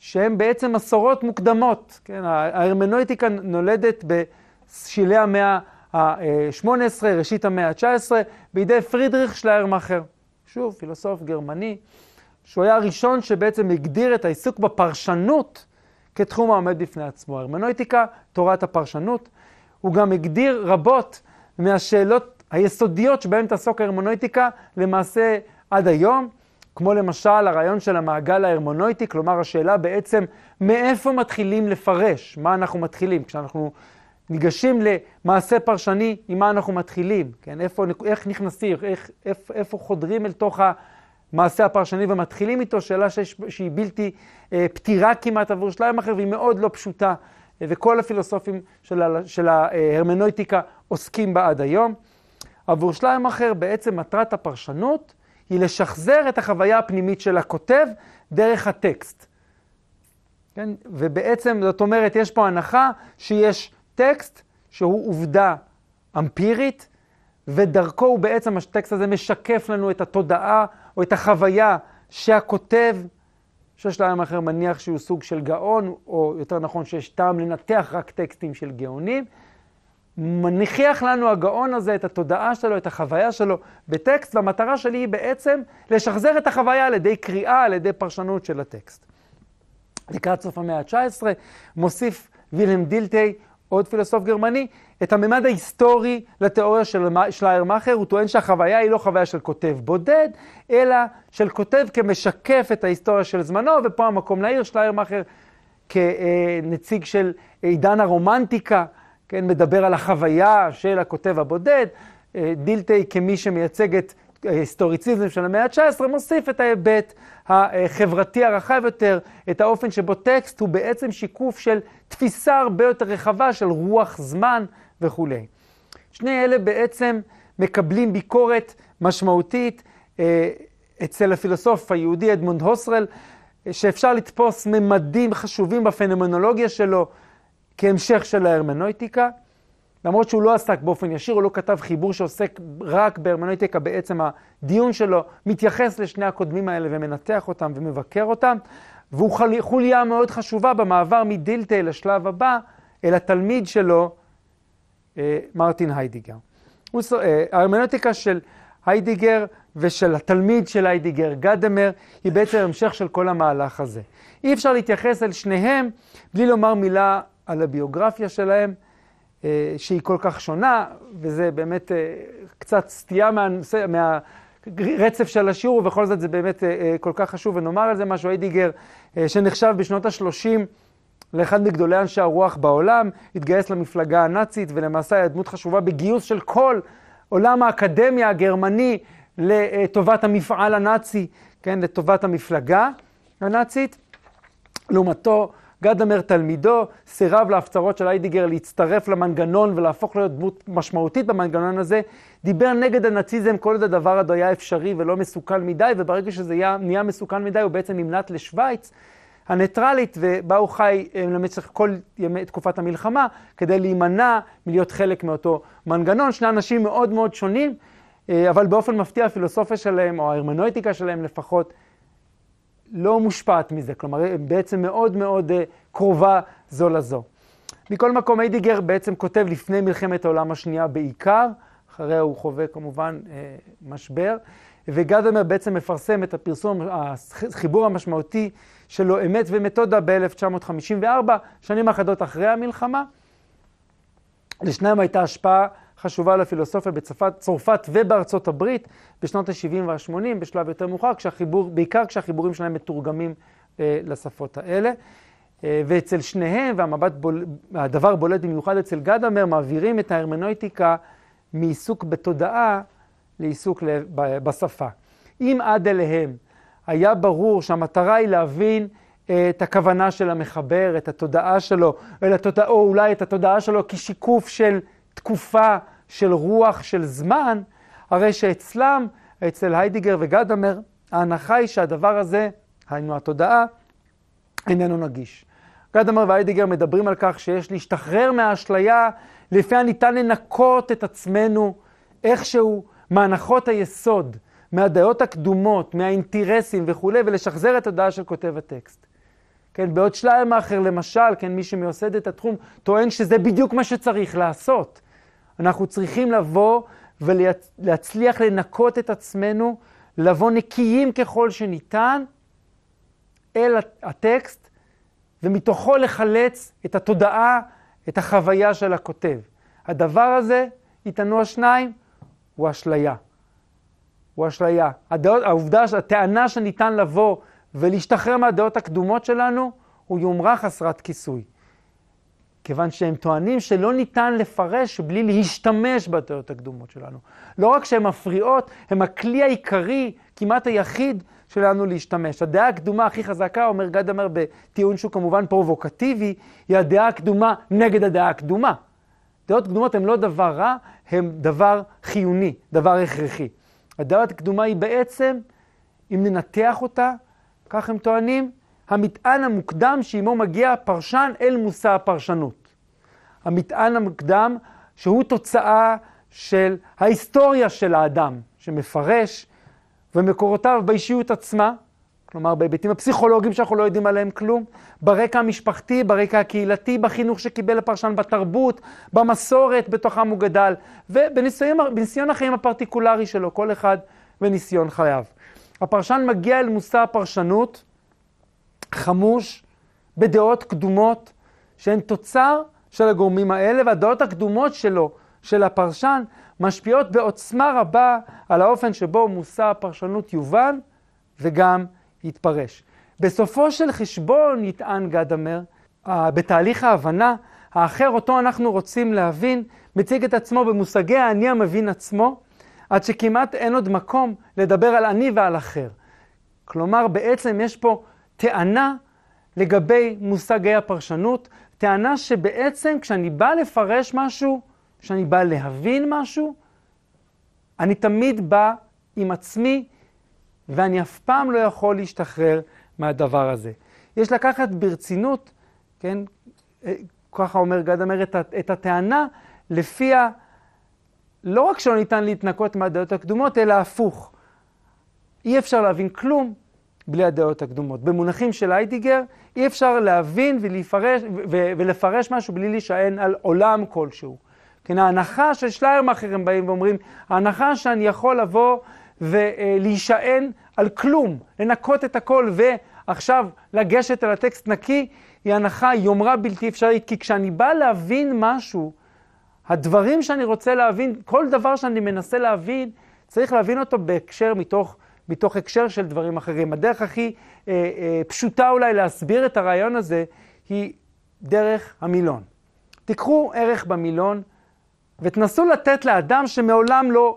שהן בעצם מסורות מוקדמות. כן? ההרמנויטיקה נולדת בשלהי המאה ה-18, ראשית המאה ה-19, בידי פרידריך שליירמאכר. שוב, פילוסוף גרמני, שהוא היה הראשון שבעצם הגדיר את העיסוק בפרשנות כתחום העומד בפני עצמו. ההרמנויטיקה, תורת הפרשנות. הוא גם הגדיר רבות מהשאלות היסודיות שבהן תעסוק ההרמנויטיקה למעשה עד היום, כמו למשל הרעיון של המעגל ההרמנויטי, כלומר השאלה בעצם מאיפה מתחילים לפרש, מה אנחנו מתחילים. כשאנחנו ניגשים למעשה פרשני, עם מה אנחנו מתחילים, כן? איך נכנסים, איפה חודרים אל תוך המעשה הפרשני ומתחילים איתו, שאלה שהיא בלתי פתירה כמעט עבור שליירמאכר, והיא מאוד לא פשוטה, וכל הפילוסופים של ההרמנויטיקה עוסקים בה עד היום. עבור שליירמאכר בעצם מטרת הפרשנות היא לשחזר את החוויה הפנימית של הכותב דרך הטקסט. כן? ובעצם זאת אומרת, יש פה הנחה שיש טקסט שהוא עובדה אמפירית, ודרכו הוא בעצם, הטקסט הזה משקף לנו את התודעה או את החוויה שהכותב, ששליירמאכר מניח שהוא סוג של גאון, או יותר נכון שיש טעם לנתח רק טקסטים של גאונים, מניח לנו הגאון הזה את התודעה שלו, את החוויה שלו בטקסט, והמטרה שלי היא בעצם לשחזר את החוויה על ידי קריאה, על ידי פרשנות של הטקסט. לקראת סוף המאה ה-19 מוסיף וילהלם דילטי, עוד פילוסוף גרמני, את הממד ההיסטורי לתיאוריה של שליירמאכר. הוא טוען שהחוויה היא לא חוויה של כותב בודד, אלא של כותב כמשקף את ההיסטוריה של זמנו, ופה המקום להעיר שליירמאכר כנציג של עידן הרומנטיקה, כן, מדבר על החוויה של הכותב הבודד. דילטי כמי שמייצג את היסטוריציזם של המאה ה-19 מוסיף את ההיבט החברתי הרחב יותר, את האופן שבו טקסט הוא בעצם שיקוף של תפיסה הרבה יותר רחבה של רוח זמן וכו'. שני אלה בעצם מקבלים ביקורת משמעותית אצל הפילוסוף היהודי אדמונד הוסרל, שאפשר לתפוס ממדים חשובים בפנומנולוגיה שלו כהמשך של ההרמנויטיקה. למרות שהוא לא עסק באופן ישיר, הוא לא כתב חיבור שעוסק רק בהרמנויטיקה, בעצם הדיון שלו מתייחס לשני הקודמים האלה ומנתח אותם ומבקר אותם, והוא חוליה מאוד חשובה במעבר מדילטי לשלב הבא, אל התלמיד שלו, מרטין היידיגר. ההרמנויטיקה של היידיגר ושל התלמיד של היידיגר, גדמר, היא בעצם המשך של כל המהלך הזה. אי אפשר להתייחס אל שניהם בלי לומר מילה על הביוגרפיה שלהם, שהיא כל כך שונה, וזה באמת קצת סטייה מהרצף של השיעור, ובכל זאת זה באמת כל כך חשוב, ונאמר על זה משהו. היידיגר, שנחשב בשנות ה-30 לאחד מגדולי אנשי הרוח בעולם, התגייס למפלגה הנאצית, ולמעשה היה דמות חשובה בגיוס של כל עולם האקדמיה הגרמני לטובת המפעל הנאצי, כן, לטובת המפלגה הנאצית. לעומתו, גדמר תלמידו סירב להפצרות של היידיגר להצטרף למנגנון ולהפוך להיות דמות משמעותית במנגנון הזה, דיבר נגד הנאציזם כל עוד הדבר הזה היה אפשרי ולא מסוכן מדי, וברגע שזה נהיה מסוכן מדי הוא בעצם נמלט לשוויץ הניטרלית, ובה הוא חי למשך כל ימי תקופת המלחמה כדי להימנע מלהיות חלק מאותו מנגנון. שני אנשים מאוד מאוד שונים, אבל באופן מפתיע הפילוסופיה שלהם או ההרמנויטיקה שלהם לפחות לא מושפעת מזה, כלומר בעצם מאוד מאוד קרובה זו לזו. מכל מקום היידיגר בעצם כותב לפני מלחמת העולם השנייה בעיקר, אחריה הוא חווה כמובן משבר, וגדמר בעצם מפרסם את הפרסום, החיבור המשמעותי שלו אמת ומתודה ב-1954, שנים אחדות אחרי המלחמה. לשניהם הייתה השפעה חשובה לפילוסופיה בצרפת ובארצות הברית בשנות ה-70 וה-80, בשלב יותר מאוחר, בעיקר כשהחיבורים שלהם מתורגמים לשפות האלה. ואצל שניהם, והדבר בולט במיוחד אצל גדמר, מעבירים את ההרמנויטיקה מעיסוק בתודעה לעיסוק בשפה. אם עד אליהם היה ברור שהמטרה היא להבין את הכוונה של המחבר, את התודעה שלו, או אולי את התודעה שלו כשיקוף של תקופה, של רוח, של זמן, הרי שאצלם, אצל היידיגר וגדמר, ההנחה היא שהדבר הזה, היינו התודעה, איננו נגיש. גדמר והיידיגר מדברים על כך שיש להשתחרר מהאשליה, לפיה ניתן לנקות את עצמנו איכשהו מהנחות היסוד, מהדעות הקדומות, מהאינטרסים וכו', ולשחזר את התודעה של כותב הטקסט. כן, בעוד שליימאכר למשל, כן, מי שמייסד את התחום, טוען שזה בדיוק מה שצריך לעשות. אנחנו צריכים לבוא ולהצליח לנקות את עצמנו, לבוא נקיים ככל שניתן אל הטקסט, ומתוכו לחלץ את התודעה, את החוויה של הכותב. הדבר הזה, יטענו השניים, הוא אשליה. הוא אשליה. הטענה שניתן לבוא ולהשתחרר מהדעות הקדומות שלנו, הוא יומרה חסרת כיסוי. כיוון שהם טוענים שלא ניתן לפרש בלי להשתמש בדעות הקדומות שלנו. לא רק שהן מפריעות, הם הכלי העיקרי, כמעט היחיד שלנו להשתמש. הדעה הקדומה הכי חזקה, אומר גדמר בטיעון שהוא כמובן פרובוקטיבי, היא הדעה הקדומה נגד הדעה הקדומה. דעות קדומות הן לא דבר רע, הן דבר חיוני, דבר הכרחי. הדעה הקדומה היא בעצם, אם ננתח אותה, כך הם טוענים, המטען המוקדם שעמו מגיע הפרשן אל מושא הפרשנות. המטען המוקדם שהוא תוצאה של ההיסטוריה של האדם, שמפרש, ומקורותיו באישיות עצמה, כלומר בהיבטים הפסיכולוגיים שאנחנו לא יודעים עליהם כלום, ברקע המשפחתי, ברקע הקהילתי, בחינוך שקיבל הפרשן, בתרבות, במסורת בתוכם הוא גדל, ובניסיון החיים הפרטיקולרי שלו, כל אחד בניסיון חייו. הפרשן מגיע אל מושא הפרשנות, חמוש, בדעות קדומות, שהן תוצר של הגורמים האלה, והדעות הקדומות שלו, של הפרשן, משפיעות בעוצמה רבה על האופן שבו מושא הפרשנות יובן וגם יתפרש. בסופו של חשבון, יטען גדמר, בתהליך ההבנה, האחר אותו אנחנו רוצים להבין, מציג את עצמו במושגי האני המבין עצמו, עד שכמעט אין עוד מקום לדבר על אני ועל אחר. כלומר, בעצם יש פה טענה לגבי מושגי הפרשנות, טענה שבעצם כשאני בא לפרש משהו, כשאני בא להבין משהו, אני תמיד בא עם עצמי, ואני אף פעם לא יכול להשתחרר מהדבר הזה. יש לקחת ברצינות, כן, ככה אומר גדמר, את הטענה לפיה לא רק שלא ניתן להתנקות מהדעות הקדומות, אלא הפוך. אי אפשר להבין כלום בלי הדעות הקדומות. במונחים של היידיגר, אי אפשר להבין ולפרש משהו בלי להישען על עולם כלשהו. כן, ההנחה של שליימאכר הם באים ואומרים, ההנחה שאני יכול לבוא ולהישען על כלום, לנקות את הכל ועכשיו לגשת אל הטקסט נקי, היא הנחה יומרה בלתי אפשרית, כי כשאני בא להבין משהו, הדברים שאני רוצה להבין, כל דבר שאני מנסה להבין, צריך להבין אותו בהקשר מתוך הקשר של דברים אחרים. הדרך הכי פשוטה אולי להסביר את הרעיון הזה, היא דרך המילון. תיקחו ערך במילון, ותנסו לתת לאדם שמעולם לא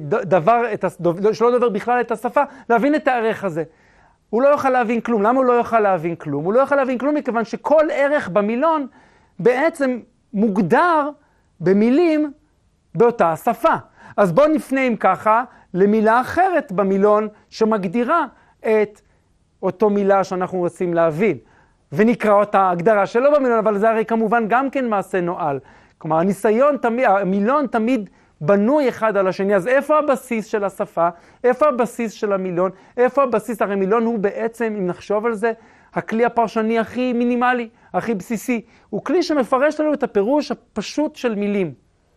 שלא דובר בכלל את השפה, להבין את הערך הזה. הוא לא יוכל להבין כלום. למה הוא לא יוכל להבין כלום? הוא לא יוכל להבין כלום מכיוון שכל ערך במילון בעצם מוגדר במילים באותה השפה. אז בואו נפנה אם ככה למילה אחרת במילון שמגדירה את אותו מילה שאנחנו רוצים להבין. ונקרא אותה הגדרה שלא במילון, אבל זה הרי כמובן גם כן מעשה נואל. כלומר, המילון תמיד בנוי אחד על השני. אז איפה הבסיס של השפה? איפה הבסיס של המילון? איפה הבסיס? הרי מילון הוא בעצם, אם נחשוב על זה, הכלי הפרשני הכי מינימלי, הכי בסיסי. הוא כלי שמפרש לנו את הפירוש הפשוט של מילים.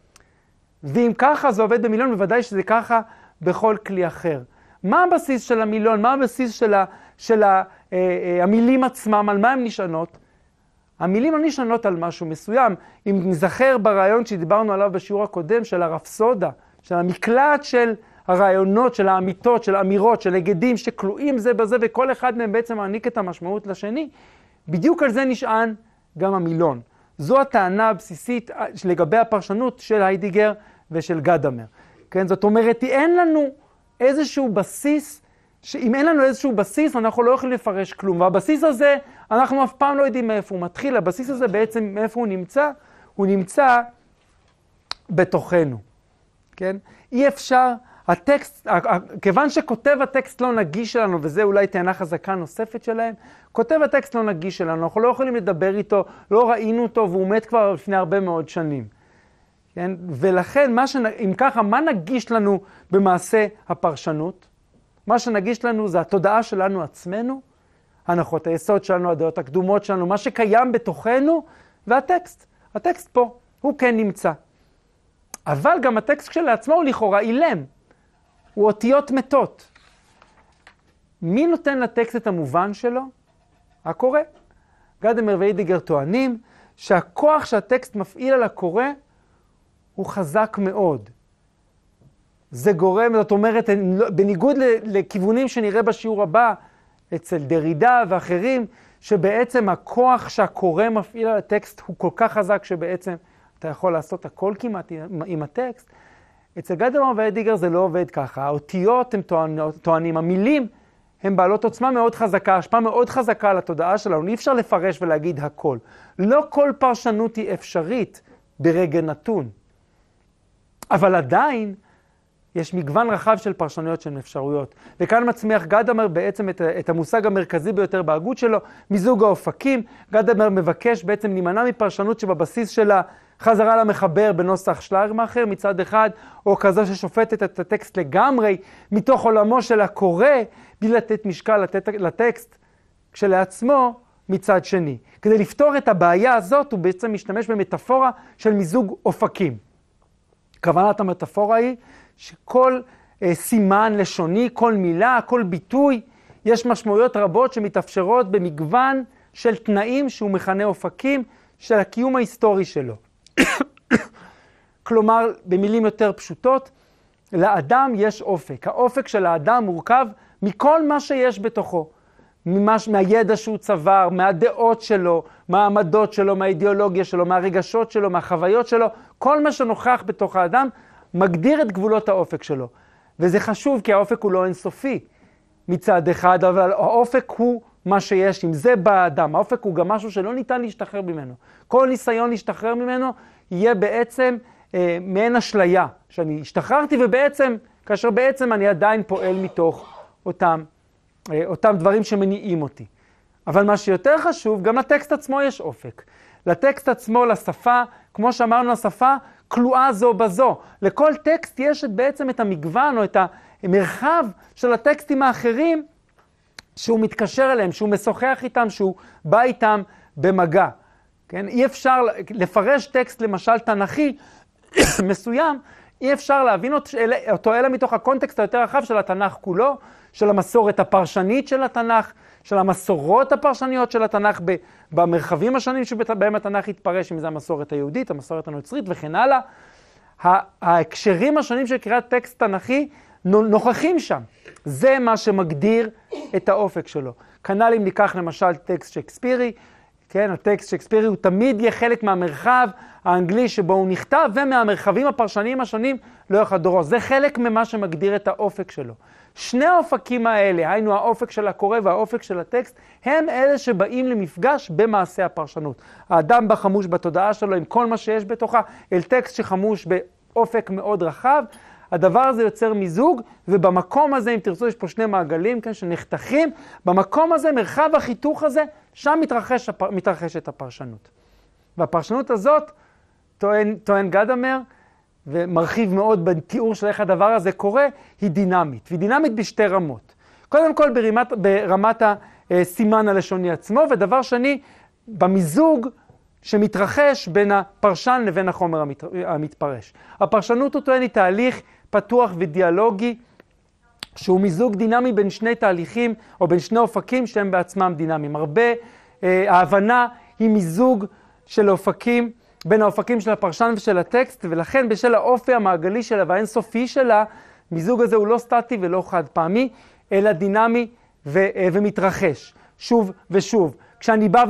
ואם ככה זה עובד במילון, בוודאי שזה ככה בכל כלי אחר. מה הבסיס של המילון? מה הבסיס של המילים עצמם? על מה הן נשענות? המילים לא נשענות על משהו מסוים. אם נזכר ברעיון שדיברנו עליו בשיעור הקודם, של הרפסודה, של המקלט של הרעיונות, של האמיתות, של האמירות, של היגדים שכלואים זה בזה, וכל אחד מהם בעצם מעניק את המשמעות לשני, בדיוק על זה נשען גם המילון. זו הטענה הבסיסית לגבי הפרשנות של היידיגר ושל גדמר. כן? זאת אומרת, אין לנו איזשהו בסיס, שאם אין לנו איזשהו בסיס, אנחנו לא יכולים לפרש כלום. והבסיס הזה, אנחנו אף פעם לא יודעים מאיפה הוא מתחיל. הבסיס הזה בעצם, מאיפה הוא נמצא? הוא נמצא בתוכנו. כן? אי אפשר, הטקסט, כיוון שכותב הטקסט לא נגיש שלנו, וזה אולי טענה חזקה נוספת שלהם, כותב הטקסט לא נגיש שלנו, אנחנו לא יכולים לדבר איתו, לא ראינו אותו, והוא מת כבר לפני הרבה מאוד שנים. כן? ולכן, אם ככה, מה נגיש לנו במעשה הפרשנות? מה שנגיש לנו זה התודעה שלנו עצמנו, הנחות היסוד שלנו, הדעות הקדומות שלנו, מה שקיים בתוכנו, והטקסט. הטקסט פה, הוא כן נמצא. אבל גם הטקסט כשלעצמו הוא לכאורה אילם. הוא אותיות מתות. מי נותן לטקסט את המובן שלו? הקורא. גדמר ואידיגר טוענים שהכוח שהטקסט מפעיל על הקורא הוא חזק מאוד. זה גורם, זאת אומרת, בניגוד לכיוונים שנראה בשיעור הבא, אצל דרידה ואחרים, שבעצם הכוח שהקורא מפעיל על הטקסט הוא כל כך חזק שבעצם אתה יכול לעשות הכל כמעט עם הטקסט. אצל גדמר ואידיגר זה לא עובד ככה. האותיות הם טוענים, המילים הן בעלות עוצמה מאוד חזקה, השפעה מאוד חזקה על התודעה שלנו. אי אפשר לפרש ולהגיד הכל. לא כל פרשנות היא אפשרית ברגע נתון. אבל עדיין יש מגוון רחב של פרשנויות של אפשרויות. וכאן מצמיח גדמר בעצם את המושג המרכזי ביותר בהגות שלו, מיזוג האופקים. גדמר מבקש בעצם להימנע מפרשנות שבבסיס שלה חזרה למחבר בנוסח שליירמאכר מצד אחד, או כזו ששופטת את הטקסט לגמרי מתוך עולמו של הקורא, בלי לתת משקל לטקסט כשלעצמו מצד שני. כדי לפתור את הבעיה הזאת הוא בעצם משתמש במטאפורה של מיזוג אופקים. כוונת המטאפורה היא שכל סימן לשוני, כל מילה, כל ביטוי, יש משמעויות רבות שמתאפשרות במגוון של תנאים שהוא מכנה אופקים של הקיום ההיסטורי שלו. כלומר, במילים יותר פשוטות, לאדם יש אופק. האופק של האדם מורכב מכל מה שיש בתוכו. מהידע שהוא צבר, מהדעות שלו, מהעמדות שלו, מהאידיאולוגיה שלו, מהרגשות שלו, מהחוויות שלו. כל מה שנוכח בתוך האדם מגדיר את גבולות האופק שלו. וזה חשוב כי האופק הוא לא אינסופי מצד אחד, אבל האופק הוא מה שיש, אם זה באדם. האופק הוא גם משהו שלא ניתן להשתחרר ממנו. כל ניסיון להשתחרר ממנו יהיה בעצם מעין אשליה, שאני השתחררתי ובעצם, כאשר בעצם אני עדיין פועל מתוך אותם דברים שמניעים אותי. אבל מה שיותר חשוב, גם לטקסט עצמו יש אופק. לטקסט עצמו, לשפה, כמו שאמרנו, השפה כלואה זו בזו. לכל טקסט יש בעצם את המגוון או את המרחב של הטקסטים האחרים שהוא מתקשר אליהם, שהוא משוחח איתם, שהוא בא איתם במגע. כן? אי אפשר לפרש טקסט למשל תנכי מסוים, אי אפשר להבין אותו אלא מתוך הקונטקסט היותר רחב של התנ"ך כולו, של המסורת הפרשנית של התנ"ך, של המסורות הפרשניות של התנ"ך במרחבים השונים שבהם התנ"ך התפרש, אם זה המסורת היהודית, המסורת הנוצרית וכן הלאה. ההקשרים השונים של קריאת טקסט תנ"כי נוכחים שם. זה מה שמגדיר את האופק שלו. כנ"ל אם ניקח למשל טקסט שייקספירי, כן, הטקסט שייקספירי הוא תמיד יהיה חלק מהמרחב האנגלי שבו הוא נכתב, ומהמרחבים הפרשניים השונים לאורך הדורות. זה חלק ממה שמגדיר את האופק שלו. שני האופקים האלה, היינו האופק של הקורא והאופק של הטקסט, הם אלה שבאים למפגש במעשה הפרשנות. האדם בא חמוש בתודעה שלו עם כל מה שיש בתוכה, אל טקסט שחמוש באופק מאוד רחב. הדבר הזה יוצר מיזוג, ובמקום הזה, אם תרצו, יש פה שני מעגלים, כן, שנחתכים. במקום הזה, מרחב החיתוך הזה, שם מתרחשת הפרשנות. והפרשנות הזאת, טוען גדמר, ומרחיב מאוד בתיאור של איך הדבר הזה קורה, היא דינמית. והיא דינמית בשתי רמות. קודם כל ברמת הסימן הלשוני עצמו, ודבר שני, במיזוג שמתרחש בין הפרשן לבין החומר המתפרש. הפרשנות הוא טוען היא תהליך פתוח ודיאלוגי, שהוא מיזוג דינמי בין שני תהליכים, או בין שני אופקים שהם בעצמם דינמיים. הרבה ההבנה היא מיזוג של אופקים, בין האופקים של הפרשן ושל הטקסט, ולכן בשל האופי המעגלי שלה והאינסופי שלה, מיזוג הזה הוא לא סטטי ולא חד פעמי, אלא דינמי ומתרחש, שוב ושוב. כשאני בא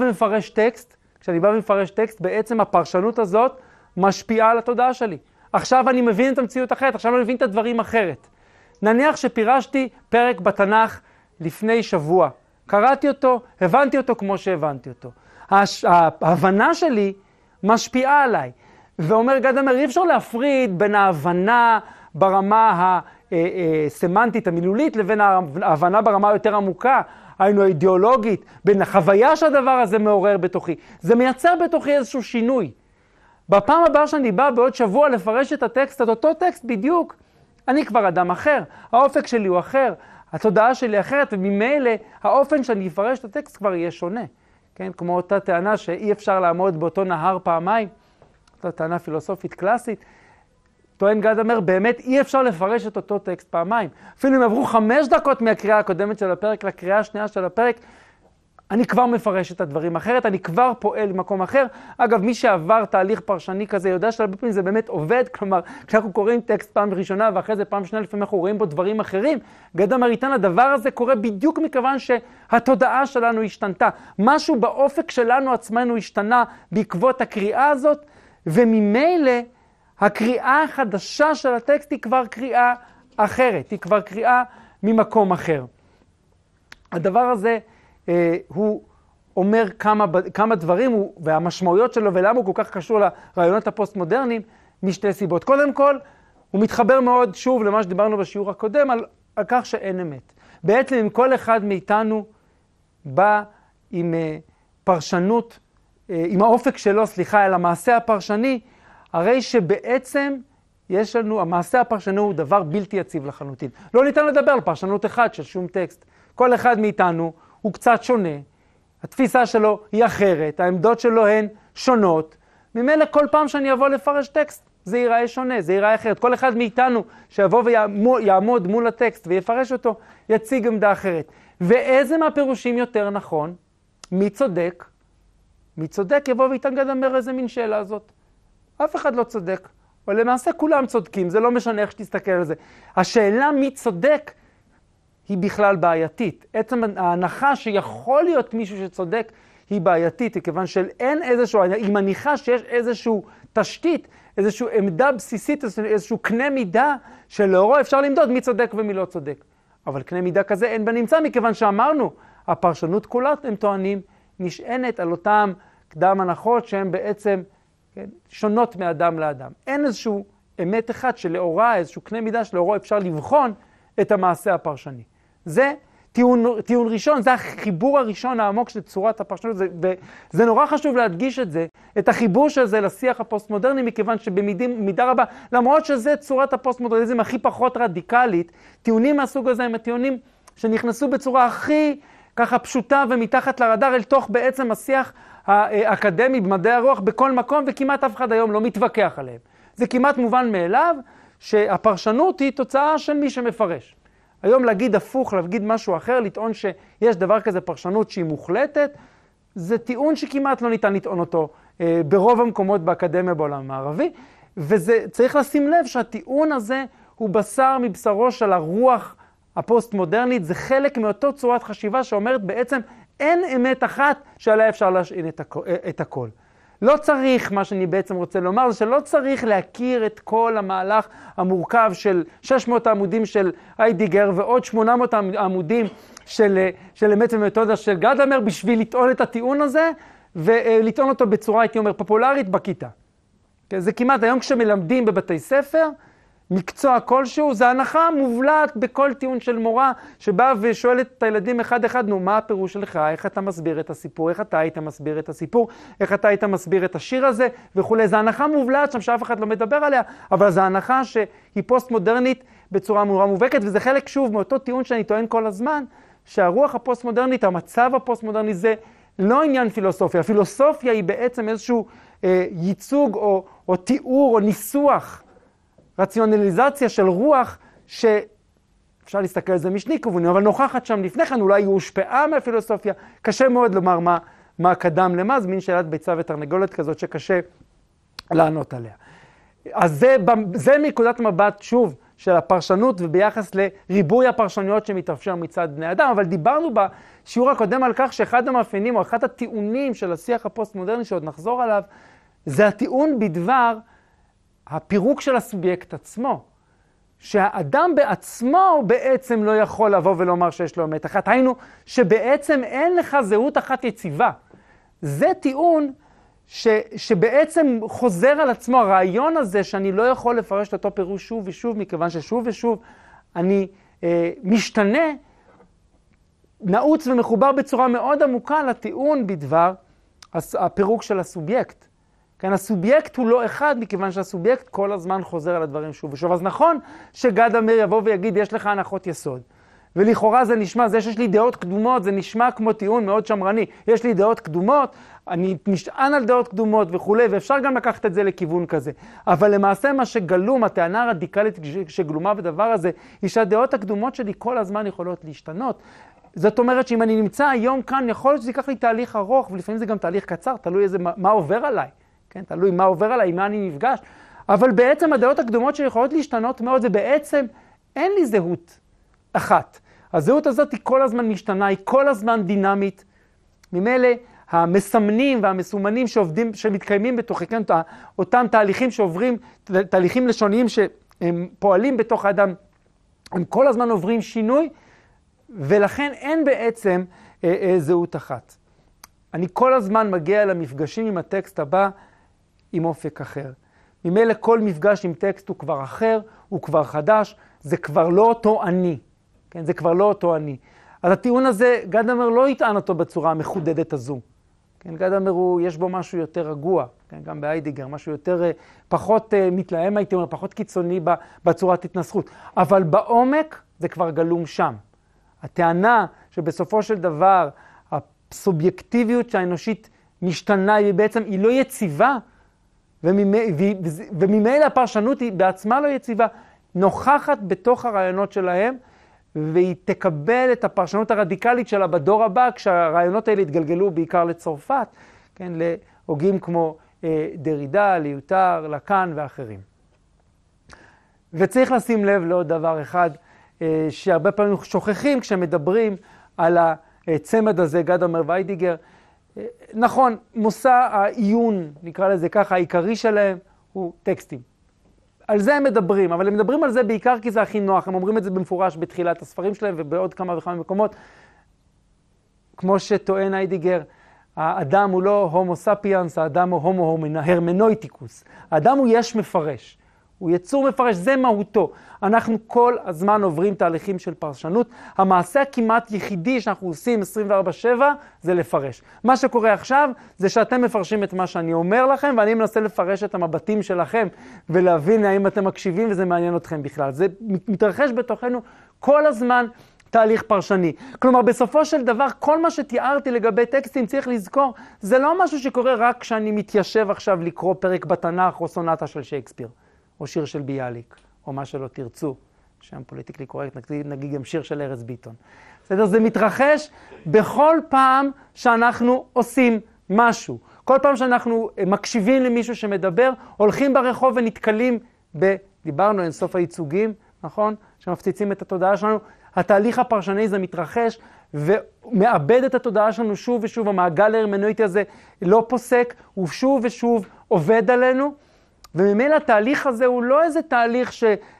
ומפרש טקסט, בעצם הפרשנות הזאת משפיעה על התודעה שלי. עכשיו אני מבין את המציאות אחרת, עכשיו אני מבין את הדברים אחרת. נניח שפירשתי פרק בתנ"ך לפני שבוע, קראתי אותו, הבנתי אותו כמו שהבנתי אותו. ההבנה שלי משפיעה עליי. ואומר גדמר, אי אפשר להפריד בין ההבנה ברמה הסמנטית, המילולית, לבין ההבנה ברמה היותר עמוקה, היינו האידיאולוגית, בין החוויה שהדבר הזה מעורר בתוכי. זה מייצר בתוכי איזשהו שינוי. בפעם הבאה שאני בא בעוד שבוע לפרש את הטקסט, את אותו טקסט בדיוק, אני כבר אדם אחר, האופק שלי הוא אחר, התודעה שלי אחרת, וממילא האופן שאני אפרש את הטקסט כבר יהיה שונה. כן? כמו אותה טענה שאי אפשר לעמוד באותו נהר פעמיים, אותה טענה פילוסופית קלאסית, טוען גדמר, באמת אי אפשר לפרש את אותו טקסט פעמיים. אפילו אם עברו 5 דקות מהקריאה הקודמת של הפרק לקריאה השנייה של הפרק, אני כבר מפרש את הדברים אחרת, אני כבר פועל במקום אחר. אגב, מי שעבר תהליך פרשני כזה יודע שהרבה פעמים זה באמת עובד, כלומר, כשאנחנו קוראים טקסט פעם ראשונה ואחרי זה פעם שנייה, לפעמים אנחנו רואים בו דברים אחרים. גדמר איתן, הדבר הזה קורה בדיוק מכיוון שהתודעה שלנו השתנתה. משהו באופק שלנו עצמנו השתנה בעקבות הקריאה הזאת, וממילא הקריאה החדשה של הטקסט היא כבר קריאה אחרת, היא כבר קריאה ממקום אחר. הדבר הזה הוא אומר כמה דברים, והמשמעויות שלו ולמה הוא כל כך קשור לרעיונות הפוסט-מודרניים משתי סיבות. קודם כל, הוא מתחבר מאוד שוב למה שדיברנו בשיעור הקודם, על כך שאין אמת. בעצם אם כל אחד מאיתנו בא עם פרשנות, עם האופק שלו, אל המעשה הפרשני, הרי שבעצם יש לנו, המעשה הפרשני הוא דבר בלתי יציב לחלוטין. לא ניתן לדבר על פרשנות אחד של שום טקסט. כל אחד מאיתנו הוא קצת שונה, התפיסה שלו היא אחרת, העמדות שלו הן שונות. ממילא כל פעם שאני אבוא לפרש טקסט, זה ייראה שונה, זה ייראה אחרת. כל אחד מאיתנו שיבוא ויעמוד מול הטקסט ויפרש אותו, יציג עמדה אחרת. ואיזה מהפירושים יותר נכון? מי צודק? מי צודק? יבוא ואיתן גדמר איזה מין שאלה הזאת. אף אחד לא צודק, אבל למעשה כולם צודקים, זה לא משנה איך שתסתכל על זה. השאלה מי צודק היא בכלל בעייתית. עצם ההנחה שיכול להיות מישהו שצודק היא בעייתית, כיוון שאין איזשהו, היא מניחה שיש איזשהו תשתית, איזשהו עמדה בסיסית, איזשהו קנה מידה שלאורו אפשר למדוד מי צודק ומי לא צודק. אבל קנה מידה כזה אין בנמצא, מכיוון שאמרנו, הפרשנות כולה, הם טוענים, נשענת על אותם קדם הנחות שהן בעצם כן, שונות מאדם לאדם. אין איזשהו אמת אחד שלאורה, איזשהו קנה מידה שלאורו אפשר לבחון את המעשה הפרשני. זה טיעון ראשון, זה החיבור הראשון העמוק של צורת הפרשנות, וזה נורא חשוב להדגיש את זה, את החיבור של זה לשיח הפוסט-מודרני, מכיוון שבמידה רבה, למרות שזה צורת הפוסט-מודרניזם הכי פחות רדיקלית, טיעונים מהסוג הזה הם הטיעונים שנכנסו בצורה הכי ככה פשוטה ומתחת לרדאר אל תוך בעצם השיח האקדמי במדעי הרוח בכל מקום, וכמעט אף אחד היום לא מתווכח עליהם. זה כמעט מובן מאליו שהפרשנות היא תוצאה של מי שמפרש. היום להגיד הפוך, להגיד משהו אחר, לטעון שיש דבר כזה פרשנות שהיא מוחלטת, זה טיעון שכמעט לא ניתן לטעון אותו ברוב המקומות באקדמיה בעולם המערבי, וזה צריך לשים לב שהטיעון הזה הוא בשר מבשרו של הרוח הפוסט-מודרנית, זה חלק מאותו צורת חשיבה שאומרת בעצם אין אמת אחת שעליה אפשר להשעין את הכל. לא צריך, מה שאני בעצם רוצה לומר, זה שלא צריך להכיר את כל המהלך המורכב של 600 עמודים של היידיגר ועוד 800 עמודים של אמת ומתודה של גדמר בשביל לטעון את הטיעון הזה, ולטעון אותו בצורה, הייתי אומר, פופולרית בכיתה. זה כמעט היום כשמלמדים בבתי ספר, מקצוע כלשהו, זה הנחה מובלעת בכל טיעון של מורה שבאה ושואלת את הילדים אחד אחד, נו, מה הפירוש שלך, איך אתה מסביר את הסיפור, איך אתה היית מסביר את הסיפור, איך אתה היית מסביר את השיר הזה וכו'. זה הנחה מובלעת שם שאף אחד לא מדבר עליה, אבל זה הנחה שהיא פוסט-מודרנית בצורה נורא מובהקת, וזה חלק שוב מאותו טיעון שאני טוען כל הזמן, שהרוח הפוסט-מודרנית, המצב הפוסט-מודרני זה לא עניין פילוסופיה. הפילוסופיה היא בעצם איזשהו ייצוג או תיאור או ניסוח, רציונליזציה של רוח שאפשר להסתכל על זה משני כיוונים, אבל נוכחת שם לפני כן, אולי היא הושפעה מהפילוסופיה. קשה מאוד לומר מה קדם למה, זה מין שאלת ביצה ותרנגולת כזאת שקשה לענות עליה. אז זה מנקודת מבט שוב של הפרשנות וביחס לריבוי הפרשנויות שמתאפשר מצד בני אדם, אבל דיברנו בשיעור הקודם על כך שאחד המאפיינים או אחד הטיעונים של השיח הפוסט-מודרני שעוד נחזור עליו, זה הטיעון בדבר הפירוק של הסובייקט עצמו, שהאדם בעצמו בעצם לא יכול לבוא ולומר שיש לו אמת אחת, היינו שבעצם אין לך זהות אחת יציבה. זה טיעון שבעצם חוזר על עצמו, הרעיון הזה שאני לא יכול לפרש את אותו פירוש שוב ושוב, מכיוון ששוב ושוב אני משתנה, נעוץ ומחובר בצורה מאוד עמוקה לטיעון בדבר הפירוק של הסובייקט. כן, הסובייקט הוא לא אחד, מכיוון שהסובייקט כל הזמן חוזר על הדברים שוב ושוב. אז נכון שגדמר יבוא ויגיד, יש לך הנחות יסוד. ולכאורה זה נשמע, זה שיש לי דעות קדומות, זה נשמע כמו טיעון מאוד שמרני. יש לי דעות קדומות, אני נשען על דעות קדומות וכו', ואפשר גם לקחת את זה לכיוון כזה. אבל למעשה מה שגלום, הטענה הרדיקלית שגלומה בדבר הזה, היא שהדעות הקדומות שלי כל הזמן יכולות להשתנות. זאת אומרת שאם אני נמצא היום כאן, יכול להיות שזה ייקח לי תהליך ארוך, ולפעמים זה גם תהליך קצר, תלוי מה עובר עליי. כן? תלוי מה עובר עליי, עם מה אני נפגש. אבל בעצם הדעות הקדומות שיכולות להשתנות מאוד, ובעצם אין לי זהות אחת. הזהות הזאת היא כל הזמן משתנה, היא כל הזמן דינמית. ממילא המסמנים והמסומנים שעובדים, שמתקיימים בתוככם, אותם תהליכים שעוברים, תהליכים לשוניים שהם פועלים בתוך האדם, הם כל הזמן עוברים שינוי, ולכן אין בעצם זהות אחת. אני כל הזמן מגיע למפגשים עם הטקסט הבא עם אופק אחר. ממילא כל מפגש עם טקסט הוא כבר אחר, הוא כבר חדש, זה כבר לא אותו אני. כן, זה כבר לא אותו אני. אז הטיעון הזה, גדמר לא יטען אותו בצורה המחודדת הזו. כן, גדמר יש בו משהו יותר רגוע, כן, גם בהיידיגר, משהו יותר, פחות מתלהם, הייתי אומר, פחות קיצוני בצורת התנסחות. אבל בעומק זה כבר גלום שם. הטענה שבסופו של דבר, הסובייקטיביות שהאנושית משתנה, היא בעצם, היא לא יציבה, וממילא הפרשנות היא בעצמה לא יציבה, נוכחת בתוך הרעיונות שלהם, והיא תקבל את הפרשנות הרדיקלית שלה בדור הבא, כשהרעיונות האלה התגלגלו בעיקר לצרפת, כן, להוגים כמו דרידה, ליוטר, לקאן ואחרים. וצריך לשים לב לעוד דבר אחד, שהרבה פעמים שוכחים כשמדברים על הצמד הזה, גדמר והיידיגר. נכון, מושא העיון, נקרא לזה ככה, העיקרי שלהם הוא טקסטים. על זה הם מדברים, אבל הם מדברים על זה בעיקר כי זה הכי נוח. הם אומרים את זה במפורש בתחילת הספרים שלהם ובעוד כמה וכמה מקומות. כמו שטוען היידיגר, האדם הוא לא הומו ספיאנס, האדם הוא הומו הרמנויטיקוס. האדם הוא יש מפרש. הוא יצור מפרש, זה מהותו. אנחנו כל הזמן עוברים תהליכים של פרשנות. המעשה הכמעט יחידי שאנחנו עושים 24/7 זה לפרש. מה שקורה עכשיו זה שאתם מפרשים את מה שאני אומר לכם, ואני מנסה לפרש את המבטים שלכם, ולהבין האם אתם מקשיבים וזה מעניין אתכם בכלל. זה מתרחש בתוכנו כל הזמן תהליך פרשני. כלומר, בסופו של דבר, כל מה שתיארתי לגבי טקסטים, צריך לזכור, זה לא משהו שקורה רק כשאני מתיישב עכשיו לקרוא פרק בתנ"ך או סונטה של שייקספיר. או שיר של ביאליק, או מה שלא תרצו, שם פוליטיקלי קורקט, נגיד גם שיר של ארז ביטון. בסדר? זה מתרחש בכל פעם שאנחנו עושים משהו. כל פעם שאנחנו מקשיבים למישהו שמדבר, הולכים ברחוב ונתקלים דיברנו אינסוף הייצוגים, נכון? שמפציצים את התודעה שלנו. התהליך הפרשני זה מתרחש ומאבד את התודעה שלנו שוב ושוב. המעגל ההרמנויטי הזה לא פוסק, הוא שוב ושוב עובד עלינו. וממילא התהליך הזה הוא לא איזה תהליך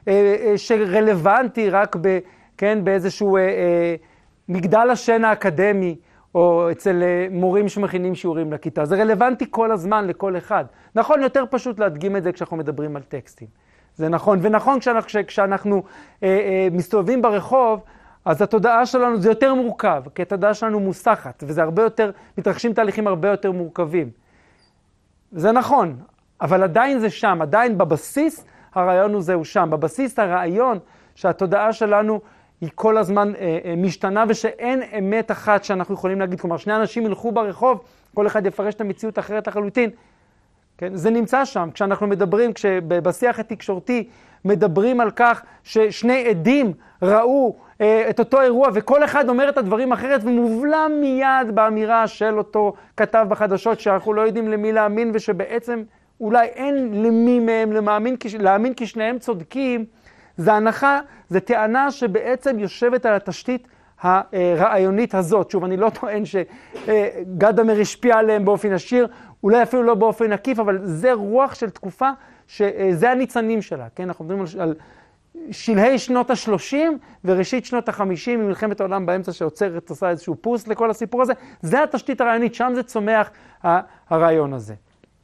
שרלוונטי רק באיזשהו מגדל השן האקדמי, או אצל מורים שמכינים שיעורים לכיתה. זה רלוונטי כל הזמן לכל אחד. נכון, יותר פשוט להדגים את זה כשאנחנו מדברים על טקסטים. זה נכון, ונכון כשאנחנו מסתובבים ברחוב, אז התודעה שלנו זה יותר מורכב, כי התודעה שלנו מוסחת, וזה הרבה יותר, מתרחשים תהליכים הרבה יותר מורכבים. זה נכון. אבל עדיין זה שם, עדיין בבסיס הרעיון הוא שם. בבסיס הרעיון שהתודעה שלנו היא כל הזמן משתנה, ושאין אמת אחת שאנחנו יכולים להגיד. כלומר, שני אנשים ילכו ברחוב, כל אחד יפרש את המציאות אחרת לחלוטין. כן? זה נמצא שם. כשאנחנו מדברים, בשיח התקשורתי מדברים על כך ששני עדים ראו את אותו אירוע, וכל אחד אומר את הדברים אחרת, ומובלם מיד באמירה של אותו כתב בחדשות, שאנחנו לא יודעים למי להאמין, ושבעצם אולי אין למי מהם להאמין כי שניהם צודקים. זה הנחה, זה טענה שבעצם יושבת על התשתית הרעיונית הזאת. שוב, אני לא טוען שגדמר השפיע עליהם באופן ישיר, אולי אפילו לא באופן עקיף, אבל זה רוח של תקופה שזה הניצנים שלה. כן? אנחנו מדברים על שלהי שנות ה-30 וראשית שנות ה-50, ממלחמת העולם באמצע שעוצרת, עושה איזשהו פוס לכל הסיפור הזה. זה התשתית הרעיונית, שם זה צומח הרעיון הזה.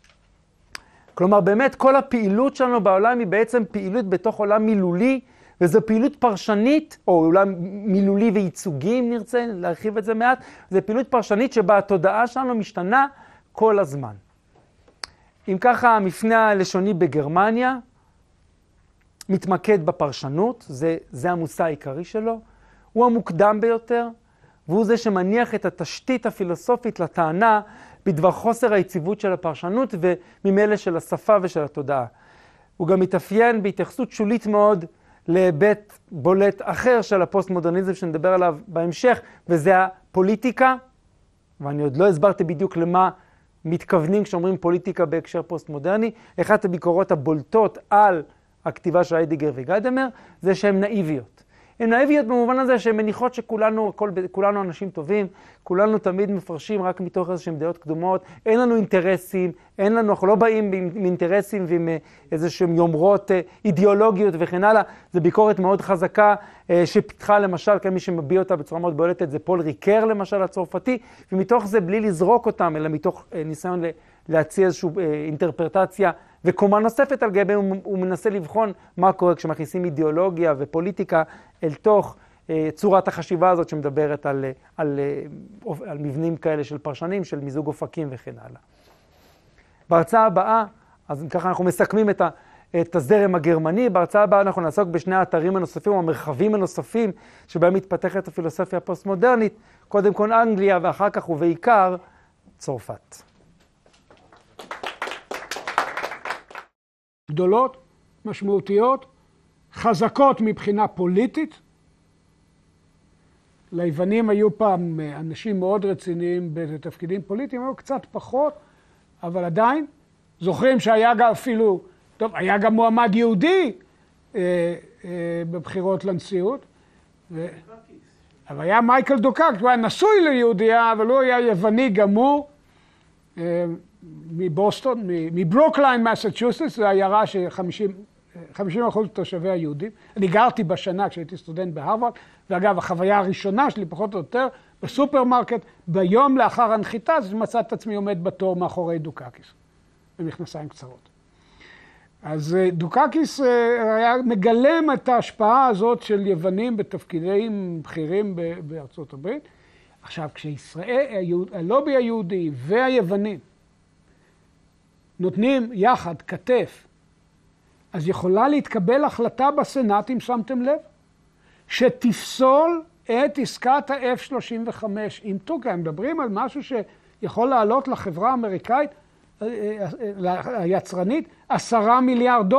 כלומר, באמת כל הפעילות שלנו בעולם היא בעצם פעילות בתוך עולם מילולי, וזו פעילות פרשנית, או עולם מילולי וייצוגי, אם נרצה להרחיב את זה מעט, זו פעילות פרשנית שבה התודעה שלנו משתנה כל הזמן. אם ככה, המפנה הלשוני בגרמניה מתמקד בפרשנות, זה המושא העיקרי שלו. הוא המוקדם ביותר, והוא זה שמניח את התשתית הפילוסופית לטענה בדבר חוסר היציבות של הפרשנות וממילא של השפה ושל התודעה. הוא גם מתאפיין בהתייחסות שולית מאוד להיבט בולט אחר של הפוסט-מודרניזם שנדבר עליו בהמשך, וזה הפוליטיקה, ואני עוד לא הסברתי בדיוק למה מתכוונים כשאומרים פוליטיקה בהקשר פוסט-מודרני. אחת הביקורות הבולטות על הכתיבה של היידיגר וגיידמר זה שהן נאיביות. הן נאיביות במובן הזה שהן מניחות שכולנו אנשים טובים, כולנו תמיד מפרשים רק מתוך איזשהם דעות קדומות, אין לנו אינטרסים, אנחנו לא באים עם אינטרסים ועם איזשהם יומרות אידיאולוגיות וכן הלאה. זו ביקורת מאוד חזקה שפיתחה למשל, כמי שמביע אותה בצורה מאוד בולטת, זה פול ריקר למשל הצרפתי, ומתוך זה בלי לזרוק אותם, אלא מתוך ניסיון להציע איזושהי אינטרפרטציה וקומה נוספת על גביהם, הוא מנסה לבחון מה קורה כשמכניסים אידיאולוגיה ופוליטיקה אל תוך צורת החשיבה הזאת שמדברת על מבנים כאלה של פרשנים, של מיזוג אופקים וכן הלאה. בהרצאה הבאה, אז ככה אנחנו מסכמים את הזרם הגרמני, בהרצאה הבאה אנחנו נעסוק בשני האתרים הנוספים, או המרחבים הנוספים שבהם מתפתחת הפילוסופיה הפוסט-מודרנית, קודם כל אנגליה ואחר כך ובעיקר צרפת. גדולות, משמעותיות, חזקות מבחינה פוליטית. ליוונים היו פעם אנשים מאוד רציניים בתפקידים פוליטיים, היו קצת פחות, אבל עדיין. זוכרים שהיה גם אפילו, טוב, היה גם מועמד יהודי בבחירות לנשיאות. אבל היה מייקל דוקאקס, הוא היה נשוי ליהודיה, אבל הוא היה יווני גמור. מבוסטון, מברוקליין, מסצ'וסטס, זו עיירה ש50% תושבי היהודים. אני גרתי בשנה כשהייתי סטודנט בהרווארד, ואגב, החוויה הראשונה שלי, פחות או יותר, בסופרמרקט, ביום לאחר הנחיתה, אז מצאתי את עצמי עומד בתור מאחורי דוקאקיס, במכנסיים קצרות. אז דוקאקיס היה מגלם את ההשפעה הזאת של יוונים בתפקידים בכירים בארצות הברית. עכשיו, כשישראל, הלובי היהודי והיוונים נותנים יחד כתף, אז יכולה להתקבל החלטה בסנאט, אם שמתם לב, שתפסול את עסקת ה-F-35 עם טורקיה. הם מדברים על משהו שיכול לעלות לחברה האמריקאית, היצרנית, $10 מיליארד.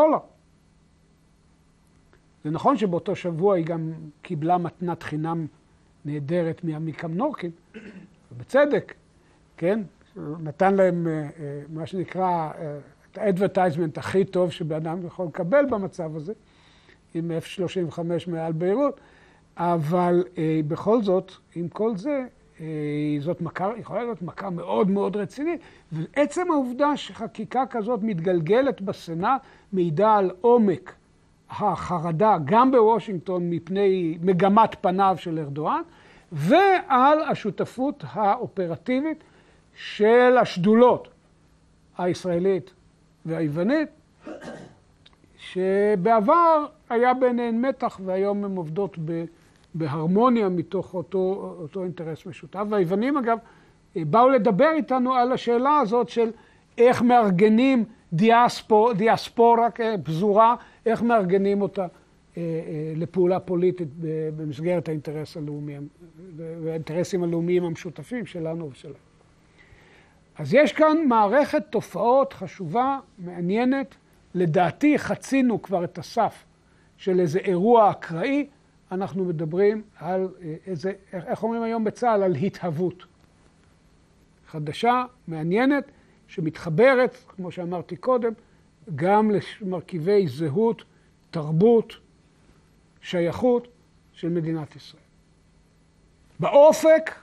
זה נכון שבאותו שבוע היא גם קיבלה מתנת חינם נהדרת מעמיקם נורקין, בצדק, כן? נתן להם מה שנקרא את האדברטייזמנט הכי טוב שבאדם יכול לקבל במצב הזה, עם F-35 מעל ביירות, אבל בכל זאת, עם כל זה, זאת יכולה להיות מכה מאוד מאוד רצינית, ועצם העובדה שחקיקה כזאת מתגלגלת בסנאט מעידה על עומק החרדה, גם בוושינגטון מפני מגמת פניו של ארדואן, ועל השותפות האופרטיבית של השדולות הישראלית והיוונית, שבעבר היה ביניהן מתח, והיום הן עובדות בהרמוניה מתוך אותו אינטרס משותף. והיוונים, אגב, באו לדבר איתנו על השאלה הזאת של איך מארגנים דיאספורה, פזורה, איך מארגנים אותה לפעולה פוליטית במסגרת האינטרס הלאומי, והאינטרסים הלאומיים המשותפים שלנו ושלהם. אז יש כאן מערכת תופעות חשובה, מעניינת. לדעתי חצינו כבר את הסף של איזה אירוע אקראי. אנחנו מדברים על איזה, איך אומרים היום בצה"ל? על התהוות. חדשה, מעניינת, שמתחברת, כמו שאמרתי קודם, גם למרכיבי זהות, תרבות, שייכות של מדינת ישראל. באופק,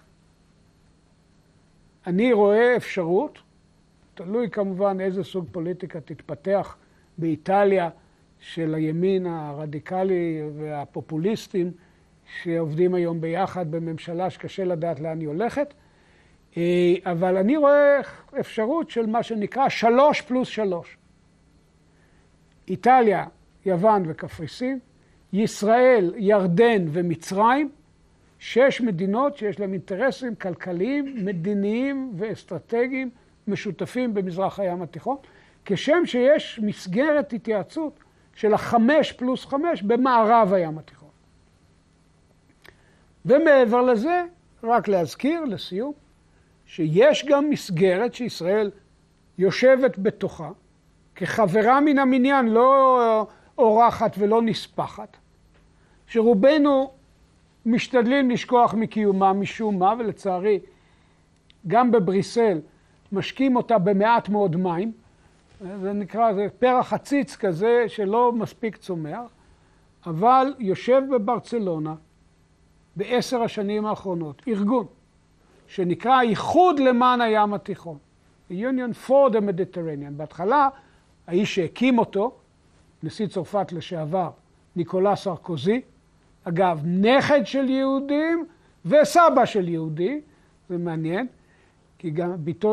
אני רואה אפשרות, תלוי כמובן איזה סוג פוליטיקה תתפתח באיטליה, של הימין הרדיקלי והפופוליסטים, שעובדים היום ביחד בממשלה שקשה לדעת לאן היא הולכת, אבל אני רואה אפשרות של מה שנקרא 3+3. איטליה, יוון וקפריסין, ישראל, ירדן ומצרים, 6 מדינות שיש להם אינטרסים כלכליים, מדיניים ואסטרטגיים משותפים במזרח הים התיכון, כשם שיש מסגרת התייעצות של 5+5 במערב הים התיכון. ומעבר לזה, רק להזכיר לסיום, שיש גם מסגרת שישראל יושבת בתוכה, כחברה מן המניין, לא אורחת ולא נספחת, שרובנו משתדלים לשכוח מקיומה משום מה, ולצערי גם בבריסל משקים אותה במעט מאוד מים, זה נקרא, זה פרח עציץ כזה שלא מספיק צומח, אבל יושב בברצלונה ב10 השנים האחרונות ארגון שנקרא איחוד למען הים התיכון, Union for the Mediterranean. בהתחלה האיש שהקים אותו, נשיא צרפת לשעבר ניקולא סרקוזי, אגב נכד של יהודים וסבא של יהודי, זה מעניין, כי גם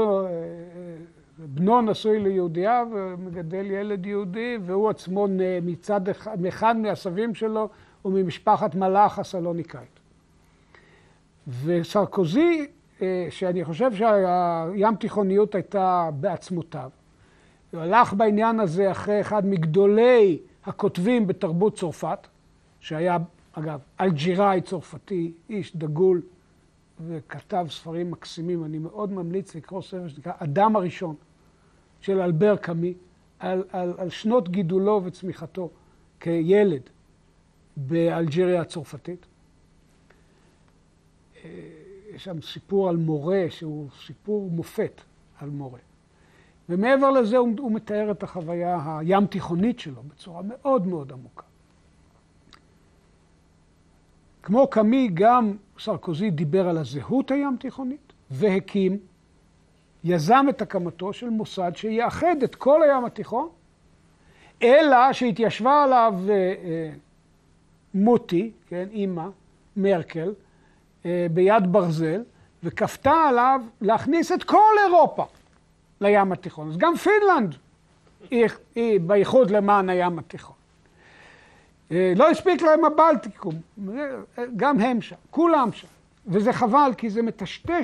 בנו נשוי ליהודיה ומגדל ילד יהודי, והוא עצמו מצד אחד מהסבים שלו וממשפחת מלאך הסלוניקאית. וסרקוזי, שאני חושב שהים תיכוניות הייתה בעצמותיו, הוא הלך בעניין הזה אחרי אחד מגדולי הכותבים בתרבות צרפת, שהיה אגב אלג'יראי צרפתי, איש דגול, וכתב ספרים מקסימים. אני מאוד ממליץ לקרוא ספר שנקרא אדם הראשון של אלבר קאמי, על שנות גידולו וצמיחתו כילד באלג'יריה הצרפתית. יש שם סיפור על מורה שהוא סיפור מופת על מורה. ומעבר לזה הוא מתאר את החוויה הים תיכונית שלו בצורה מאוד מאוד עמוקה. כמו קאמי, גם סרקוזי דיבר על הזהות הים תיכונית, והקים, יזם את הקמתו של מוסד שיאחד את כל הים התיכון, אלא שהתיישבה עליו מוטי, כן, אימא, מרקל, ביד ברזל, וכפתה עליו להכניס את כל אירופה לים התיכון. אז גם פינלנד היא באיחוד למען הים התיכון. לא הספיק להם הבלטיקום, גם הם שם, כולם שם. וזה חבל, כי זה מטשטש